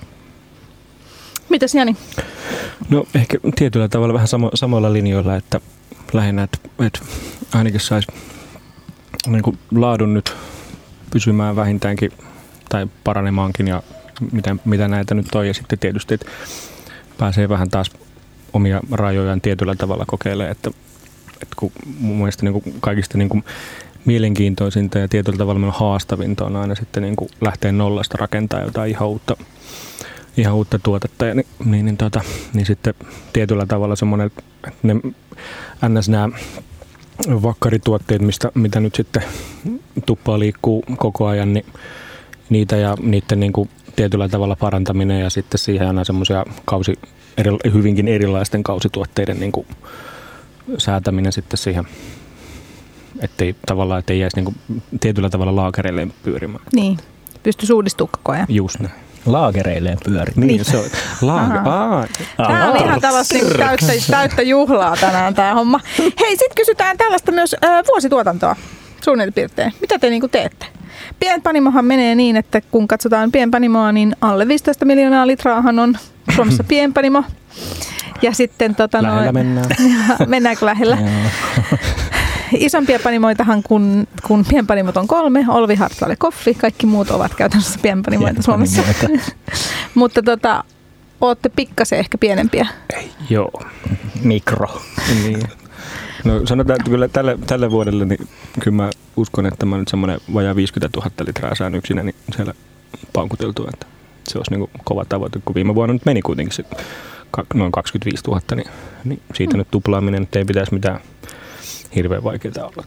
Mitäs Jani? No ehkä tietyllä tavalla vähän samo, samalla linjoilla, että lähinnä, että, että ainakin saisi niin kuin laadun nyt pysymään vähintäänkin tai paranemaankin ja mitä, mitä näitä nyt on. Ja sitten tietysti, että pääsee vähän taas omia rajojaan tietyllä tavalla kokeilemaan, että, että kun mun mielestä niin kuin kaikista niin kuin mielenkiintoisinta ja tietyllä tavalla haastavinta on aina sitten niin kuin lähteä nollasta rakentaa jotain ihan uutta, ihan uutta tuotetta. Ja niin, niin, niin, tota, niin sitten tietyllä tavalla semmoinen, että ne ns. Nämä vakkarituotteet, mistä, mitä nyt sitten tuppaa liikkuu koko ajan, niin niitä ja niiden niin kuin tietyllä tavalla parantaminen ja sitten siihen aina semmoisia kausi, eri, hyvinkin erilaisten kausituotteiden niin kuin säätäminen sitten siihen, ettei tavallaan, ettei jäisi niin kuin tietyllä tavalla laakereille pyörimään. Niin, pystyisi uudistumaan koko ajan. Just näin. Laagereilleen pyöri. Niin, niin. Se on. Laage- Aa. Tämä on ihan tällaista niin täyttä, täyttä juhlaa tänään tämä homma. Hei, sitten kysytään tällaista myös äh, vuosituotantoa suunnilleen piirtein. Mitä te niin kuin teette? Pienpanimohan menee niin, että kun katsotaan pienpanimoa, niin alle viisitoista miljoonaa litraahan on Suomessa pienpanimo. Ja sitten tota lähellä noin, mennään. Mennäänkö lähellä? Isompia panimoitahan, kun, kun pienpanimot on kolme, Olvi, Hartwall ja Koffi, kaikki muut ovat käytännössä pienpanimoita Suomessa. Mutta tota, ootte pikkasen ehkä pienempiä. Ei, joo. Mikro. Niin. No sanotaan, että kyllä tälle, tälle vuodelle, niin kyllä mä uskon, että mä nyt semmoinen vajaa viisikymmentätuhatta litraa saan yksinä niin siellä paukuteltua, että se olisi niin kuin kova tavoite, kun viime vuonna nyt meni kuitenkin se noin kaksikymmentäviisituhatta, niin, niin siitä mm. nyt tuplaaminen ei pitäisi mitään hirveän vaikeaa olla.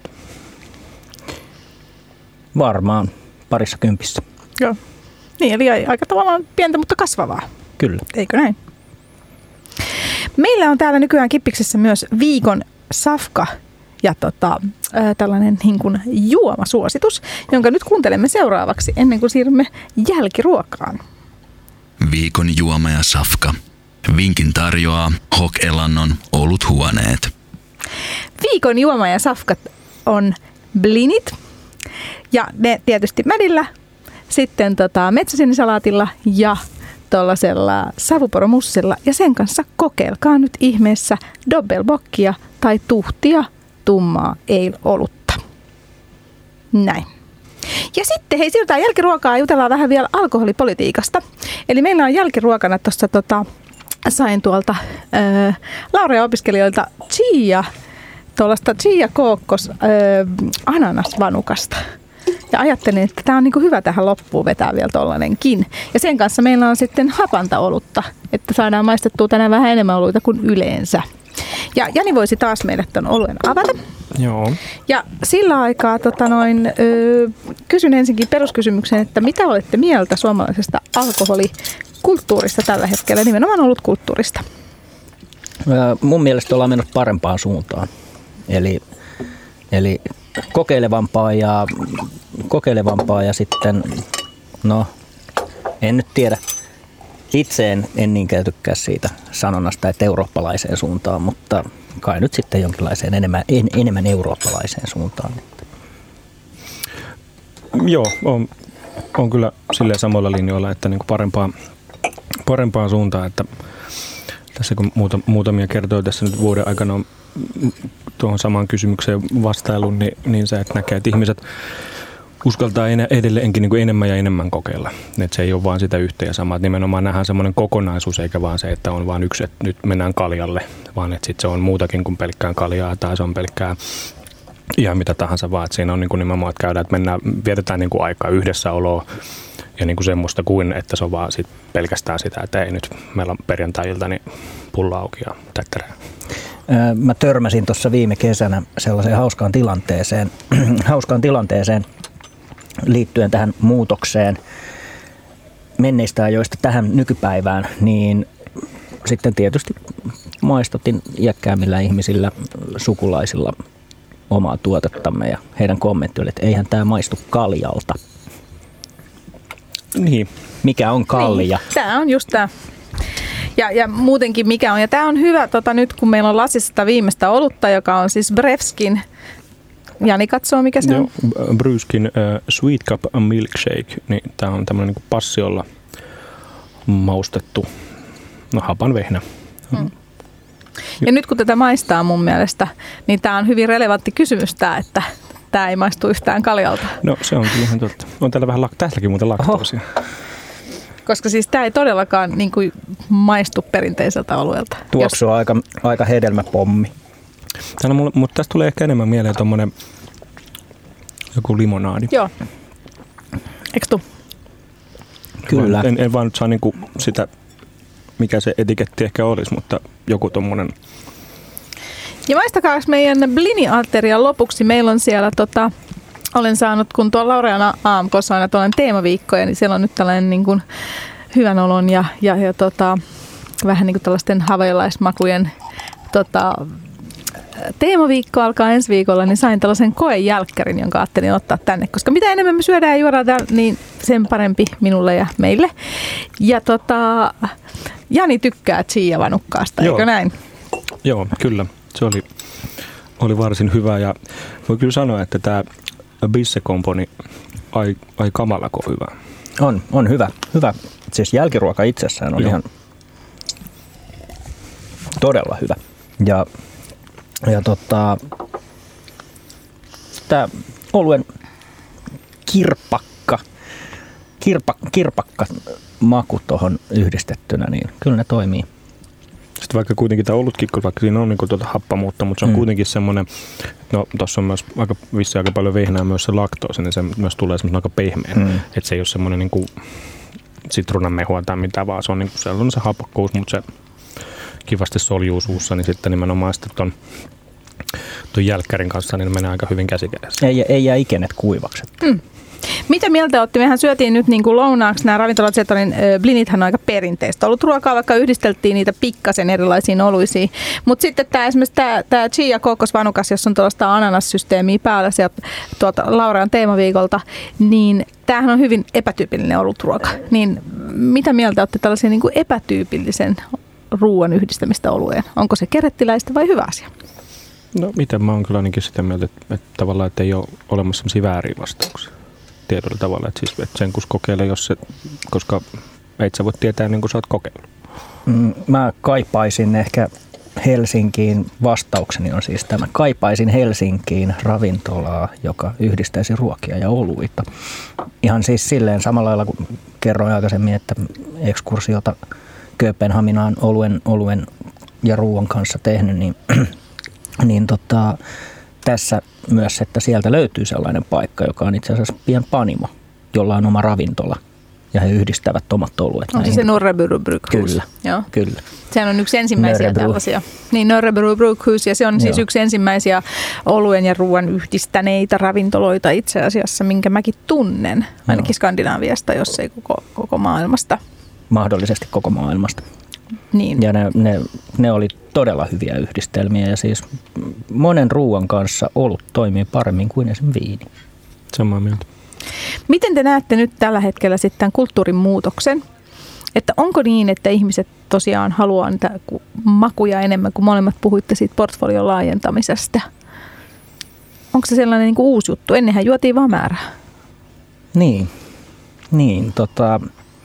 Varmaan parissa kympissä. Joo. Niin, eli aika tavallaan pientä, mutta kasvavaa. Kyllä. Eikö näin? Meillä on täällä nykyään Kippiksessä myös viikon safka ja tota, ää, tällainen niin kuin juomasuositus, jonka nyt kuuntelemme seuraavaksi ennen kuin siirrymme jälkiruokaan. Viikon juoma ja safka. Vinkin tarjoaa H O K Elannon oluthuoneet. Viikon juoma ja safkat on blinit ja ne tietysti mädillä, sitten tota metsäsinisalaatilla ja tuollaisella savuporomussilla ja sen kanssa kokeilkaa nyt ihmeessä dobbelbockia tai tuhtia tummaa ale-olutta. Näin. Ja sitten hei, siirrytään jälkiruokaa ja jutellaan vähän vielä alkoholipolitiikasta. Eli meillä on jälkiruokana tuossa tota, sain tuolta ö, laurea-opiskelijoilta chia, tuollaista chia-kookkos ö, ananasvanukasta. Ja ajattelin, että tämä on niin kuin hyvä tähän loppuun vetää vielä tollanenkin. Ja sen kanssa meillä on sitten hapantaolutta, että saadaan maistettua tänään vähän enemmän oluita kuin yleensä. Ja Jani voisi taas meille tuon oluen avata. Joo. Ja sillä aikaa tota noin, ö, kysyn ensinkin peruskysymyksen, että mitä olette mieltä suomalaisesta alkoholikulttuurista tällä hetkellä, nimenomaan olutkulttuurista? Mun mielestä ollaan mennyt parempaan suuntaan. Eli, eli kokeilevampaa ja, kokeilevampaa ja sitten, no en nyt tiedä, itse en, en niinkään tykkää siitä sanonnasta, että eurooppalaiseen suuntaan, mutta kai nyt sitten jonkinlaiseen enemmän, en, enemmän eurooppalaiseen suuntaan. Joo, on, on kyllä silleen samoilla linjoilla, että niin kuin parempaa, parempaa suuntaan, että tässä kun muuta, muutamia kertoja tässä nyt vuoden aikana on tuohon samaan kysymykseen vastailun, niin, niin se, että näkee, että ihmiset uskaltaa edelleenkin niin kuin enemmän ja enemmän kokeilla. Että se ei ole vaan sitä yhtä ja samaa. Että nimenomaan nähdään semmoinen kokonaisuus, eikä vaan se, että on vain yksi, että nyt mennään kaljalle, vaan että sitten se on muutakin kuin pelkkään kaljaa tai se on pelkkää ihan mitä tahansa, vaan että siinä on niin kuin nimenomaan, että käydään, että mennään, vietetään niin kuin aikaa yhdessäoloa ja niin kuin semmoista kuin, että se on vaan sit pelkästään sitä, että ei nyt, meillä on perjantai-ilta, niin pulla auki ja tättärää. Mä törmäsin tuossa viime kesänä sellaiseen hauskaan tilanteeseen, hauskaan tilanteeseen liittyen tähän muutokseen menneistä ajoista tähän nykypäivään, niin sitten tietysti maistotin iäkkäämmillä ihmisillä, sukulaisilla omaa tuotettamme ja heidän kommentti oli, että eihän tämä maistu kaljalta. Niin. Mikä on kalja? Niin, tämä on just tämä. Ja, ja muutenkin mikä on. Ja tämä on hyvä tota, nyt, kun meillä on lasissa viimeistä olutta, joka on siis Brewskin. Jani katsoo, mikä se on. Joo, Brewskin uh, Sweet Cup Milkshake. Niin, tämä on tämmöinen niin passiolla maustettu no, hapanvehnä. Hmm. Ja nyt kun tätä maistaa mun mielestä, niin tämä on hyvin relevantti kysymys tämä, että tämä ei maistu yhtään kaljalta. No se on kyllä ihan totta. On täällä vähän, täälläkin muuten laktoosia. Koska siis tämä ei todellakaan niin kuin maistu perinteiseltä oluelta. Tuoksuu Jos... aika, aika hedelmäpommi. Täällä mulle, mutta tästä tulee ehkä enemmän mieleen tommonen joku limonaadi. Joo. Eikö tuu? Kyllä. En, en vaan nyt saa niinku sitä, mikä se etiketti ehkä olisi, mutta joku tommonen. Ja maistakaa meidän Blini-aterian lopuksi. Meillä on siellä, tota, olen saanut, kun tuolla Laureana A M K:ssa aina tuollainen teemaviikkoja, niin siellä on nyt tällainen niin kuin hyvän olon ja, ja, ja tota, vähän niin kuin tällaisten havailaismakujen tota, teemaviikko alkaa ensi viikolla, niin sain tällaisen koejälkkärin, jonka ajattelin ottaa tänne. Koska mitä enemmän me syödään ja juodaan täällä, niin sen parempi minulle ja meille. Ja tota, Jani tykkää chia-vanukkaasta, Joo. eikö näin? Joo, kyllä. Se oli, oli varsin hyvä ja voi kyllä sanoa, että tämä Bisse-kompo, niin ai, ai kamalako hyvä. On, on hyvä. Hyvä. Siis jälkiruoka itsessään on Joo. ihan todella hyvä. Ja, ja tota, tämä oluen kirpakka, kirpa, kirpakka maku tuohon yhdistettynä, niin kyllä ne toimii. Sitten vaikka kuitenkin tämä olutkin, vaikka siinä on niinku tuota happamuutta, mutta se on mm. kuitenkin semmoinen, no tuossa on myös aika, vissiin aika paljon vehnää myös se laktoosi, niin se myös tulee semmoinen aika pehmeä. Mm. Että se ei ole semmoinen niinku sitruunanmehua tai mitä vaan, se on niinku sellainen se hapakkuus, mutta se kivasti soljuu suussa, niin sitten nimenomaan sitten ton, ton jälkkärin kanssa niin menee aika hyvin käsikädessä. Ei, ei jää ikenet kuivaksi. Mm. Mitä mieltä otti? Mehän syötiin nyt niin kuin lounaaksi. Nämä ravintolat Zetonin blinithän on aika perinteistä ollut ruokaa, vaikka yhdisteltiin niitä pikkasen erilaisiin oluisiin. Mutta sitten tämä esimerkiksi tämä, tämä chia kookosvanukas, jossa on tuollaista ananassysteemiä päällä sieltä tuolta Laurean teemaviikolta, niin tämähän on hyvin epätyypillinen ollut ruoka. Niin mitä mieltä olette tällaisen niin kuin epätyypillisen ruoan yhdistämistä olueen? Onko se kerettiläistä vai hyvä asia? No miten mä oon kyllä ainakin sitä mieltä, että, että tavallaan että ei ole olemassa sellaisia vääriä vastauksia tietyllä tavalla. Että siis että sen kun kokeilee, jos se, koska et sä voit tietää niin kuin sä oot kokeillut. Mä kaipaisin ehkä Helsinkiin, vastaukseni on siis tämä, kaipaisin Helsinkiin ravintolaa, joka yhdistäisi ruokia ja oluita. Ihan siis silleen samalla lailla kuin kerroin aikaisemmin, että ekskursiota Kööpenhaminaan oluen, oluen ja ruoan kanssa tehnyt, niin, niin tota, tässä myös, että sieltä löytyy sellainen paikka, joka on itse asiassa pien panimo, jolla on oma ravintola ja he yhdistävät omat oluet. On se se Norrebro Brygghus? Kyllä, Joo. kyllä. Sehän on yksi ensimmäisiä Norrebro. tällaisia. Niin, Norrebro Brygghus, ja se on siis Joo. yksi ensimmäisiä oluen ja ruoan yhdistäneitä ravintoloita itse asiassa, minkä mäkin tunnen, ainakin Joo. Skandinaaviasta, jos ei koko, koko maailmasta. Mahdollisesti koko maailmasta. Niin. Ja ne, ne, ne oli todella hyviä yhdistelmiä ja siis monen ruoan kanssa olut toimii paremmin kuin esimerkiksi viini. Samaa mieltä. Miten te näette nyt tällä hetkellä sitten tämän kulttuurin muutoksen? Että onko niin, että ihmiset tosiaan haluaa niitä makuja enemmän, kun molemmat puhuitte siitä portfolion laajentamisesta? Onko se sellainen niin kuin uusi juttu? Ennenhän juotiin vaan määrää. Niin, niin tota,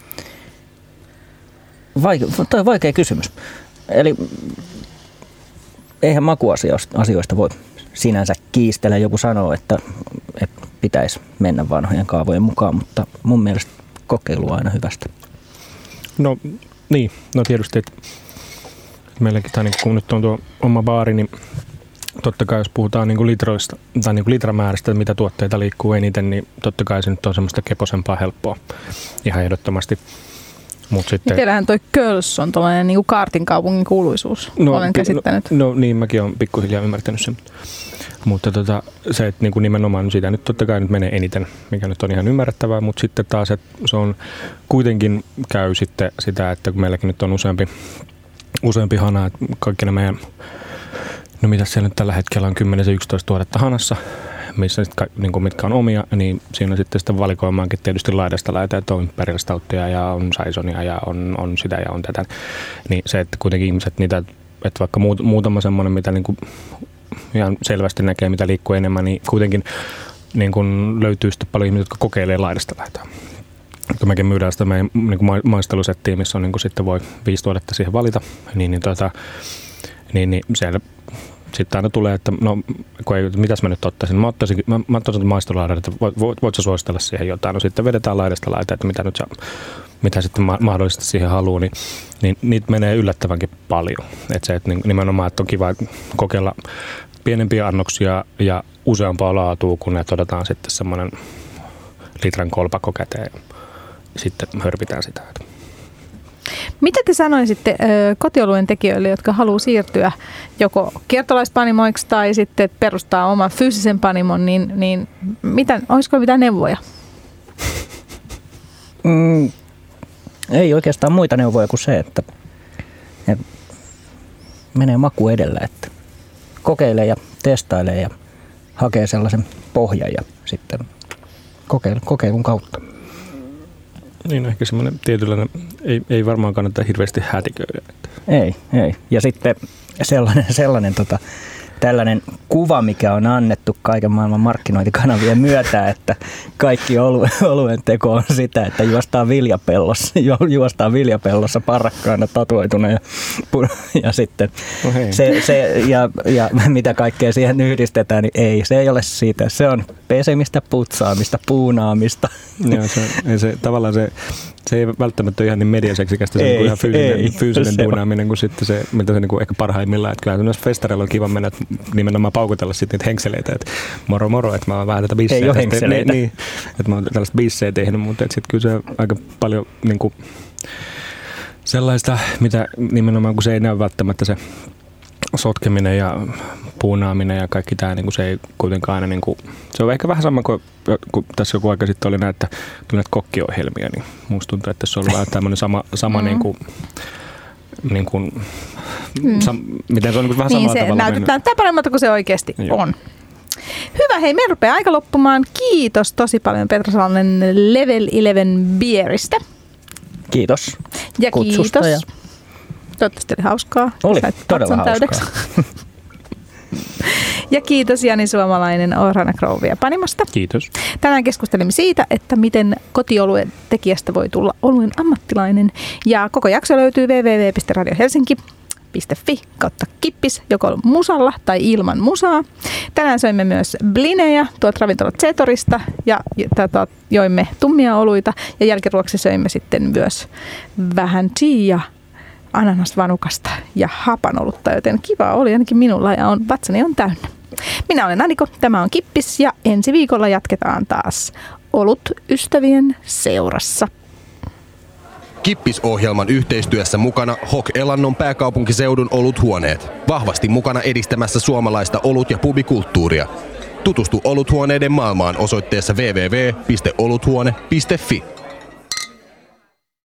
vaike- toi on vaikea kysymys. Eli eihän makuasioista voi sinänsä kiistellä. Joku sanoo, että, että pitäisi mennä vanhojen kaavojen mukaan, mutta mun mielestä kokeilu on aina hyvästä. No niin, no tietysti, että meilläkin, tai niin kun nyt on tuo oma baari, niin totta kai jos puhutaan niin kuin litroista tai niin kuin litramäärästä, mitä tuotteita liikkuu eniten, niin totta kai se nyt on semmoista keposempaa helppoa ihan ehdottomasti. Mut sitten, teillähän toi Köls on tuollainen niin kuin Kaartin kaupungin kuuluisuus, no, olen käsittänyt. No, no niin, mäkin olen pikkuhiljaa ymmärtänyt sen. Mutta tota, se, että niin kuin nimenomaan sitä nyt totta kai nyt menee eniten, mikä nyt on ihan ymmärrettävää, mutta sitten taas, että se on kuitenkin käy sitten sitä, että kun meilläkin nyt on useampi, useampi hana, että kaikki nämä meidän, no mitä siellä nyt tällä hetkellä on kymmenen yksitoista tuoretta hanassa, missä sit, niin kuin mitkä on omia, niin siinä on sitten sitä valikoimaankin tietysti laidasta laita, että on Imperial-Stouttia ja on Saisonia ja on, on sitä ja on tätä. Niin se, että kuitenkin ihmiset niitä, että vaikka muut, muutama semmoinen, mitä niin kuin ihan selvästi näkee, mitä liikkuu enemmän, niin kuitenkin niin kuin löytyy sitten paljon ihmisiä, jotka kokeilee laidasta laitaa. Kun mekin myydään sitä meidän niin kuin maistelusettiä, missä on niin kuin sitten voi viisi tuodetta siihen valita, niin, niin, tota, niin, niin siellä sitten aina tulee, että no, kun ei, mitäs mä nyt ottaisin? Mä ottaisin, mä, mä ottaisin maistelulaidan, että voit, voit, voit sä suositella siihen jotain? No sitten vedetään laidasta laitaa, että mitä, nyt sä, mitä sitten ma- mahdollisesti siihen haluaa, niin, niin niitä menee yllättävänkin paljon. Että se, että nimenomaan, että on kiva kokeilla pienempiä annoksia ja useampaa laatua, kun ne todetaan sitten semmoinen litran kolpakko käteen ja sitten hörpitään sitä. Mitä te sanoisitte ö, kotiolujen tekijöille, jotka haluaa siirtyä joko kiertolaispanimoiksi tai sitten perustaa oman fyysisen panimon, niin, niin mitä, olisiko mitään neuvoja? Mm, ei oikeastaan muita neuvoja kuin se, että, että menee maku edellä, että kokeilee ja testailee ja hakee sellaisen pohjan ja sitten kokeilun, kokeilun kautta. Niin, ehkä semmoinen tietynlainen, ei, ei varmaan kannata hirveästi hätiköidä. Ei, ei. Ja sitten sellainen, sellainen tota, tällainen kuva, mikä on annettu kaiken maailman markkinointikanavien myötä, että kaikki oluen, oluen teko on sitä, että juostaan viljapellossa, ju, juostaan viljapellossa parrakkaana tatuoituna ja, ja sitten no se, se ja, ja mitä kaikkea siihen yhdistetään, niin ei, se ei ole siitä. Se on pesemistä, putsaamista, puunaamista. Joo, se, se, tavallaan se, se ei välttämättä ole ihan niin mediaseksikästä, se ei, on ihan fyysinen, ei, fyysinen puunaaminen kuin sitten se, mitä se niin ehkä parhaimmillaan. Että kyllä näissä festareilla on kiva mennä, että nimenomaan paukutella sitten niitä henkseleitä, että moro moro, että mä oon vähän tätä bissejä. Ei ole henkseleitä. Niin, että mä oon tällaista bissejä tehnyt, mutta sitten kyllä se aika paljon niin kuin sellaista, mitä nimenomaan kun se ei näy välttämättä se sotkeminen ja puunaaminen ja kaikki tämä, niin se ei kuitenkaan aina, niin kuin, se on ehkä vähän sama kuin, kun tässä joku aika sitten oli näitä, näitä kokkiohjelmia, niin musta tuntuu, että se on ollut vähän tämmöinen sama, sama mm. niin kuin, niin kuin, mm. sam, miten se on niin kuin vähän niin, samalla se tavalla näyttää, näyttää paremmalta kuin se oikeasti Joo. on. Hyvä, hei, me rupeaa aika loppumaan. Kiitos tosi paljon Petra Salonen Level Eleven Beeristä. Kiitos ja kutsusta. Kiitos. Ja toivottavasti oli hauskaa. Oli todella hauskaa. Ja kiitos Jani Suomalainen Orhana Grovia Panimosta. Kiitos. Tänään keskustelimme siitä, että miten kotioluen tekijästä voi tulla oluen ammattilainen. Ja koko jakso löytyy double-u double-u double-u piste radio helsinki piste fi kautta kippis, joko musalla tai ilman musaa. Tänään söimme myös blinejä tuolta ravintola Zetorista ja tätä joimme tummia oluita. Ja jälkiruoksi söimme sitten myös vähän chia ananasvanukasta ja hapanolutta, joten kiva oli ainakin minulla ja on, vatsani on täynnä. Minä olen Aniko, tämä on Kippis ja ensi viikolla jatketaan taas olut ystävien seurassa. Kippis-ohjelman yhteistyössä mukana H O K Elannon pääkaupunkiseudun oluthuoneet. Vahvasti mukana edistämässä suomalaista olut- ja pubikulttuuria. Tutustu oluthuoneiden maailmaan osoitteessa double-u double-u double-u piste oluthuone piste fi.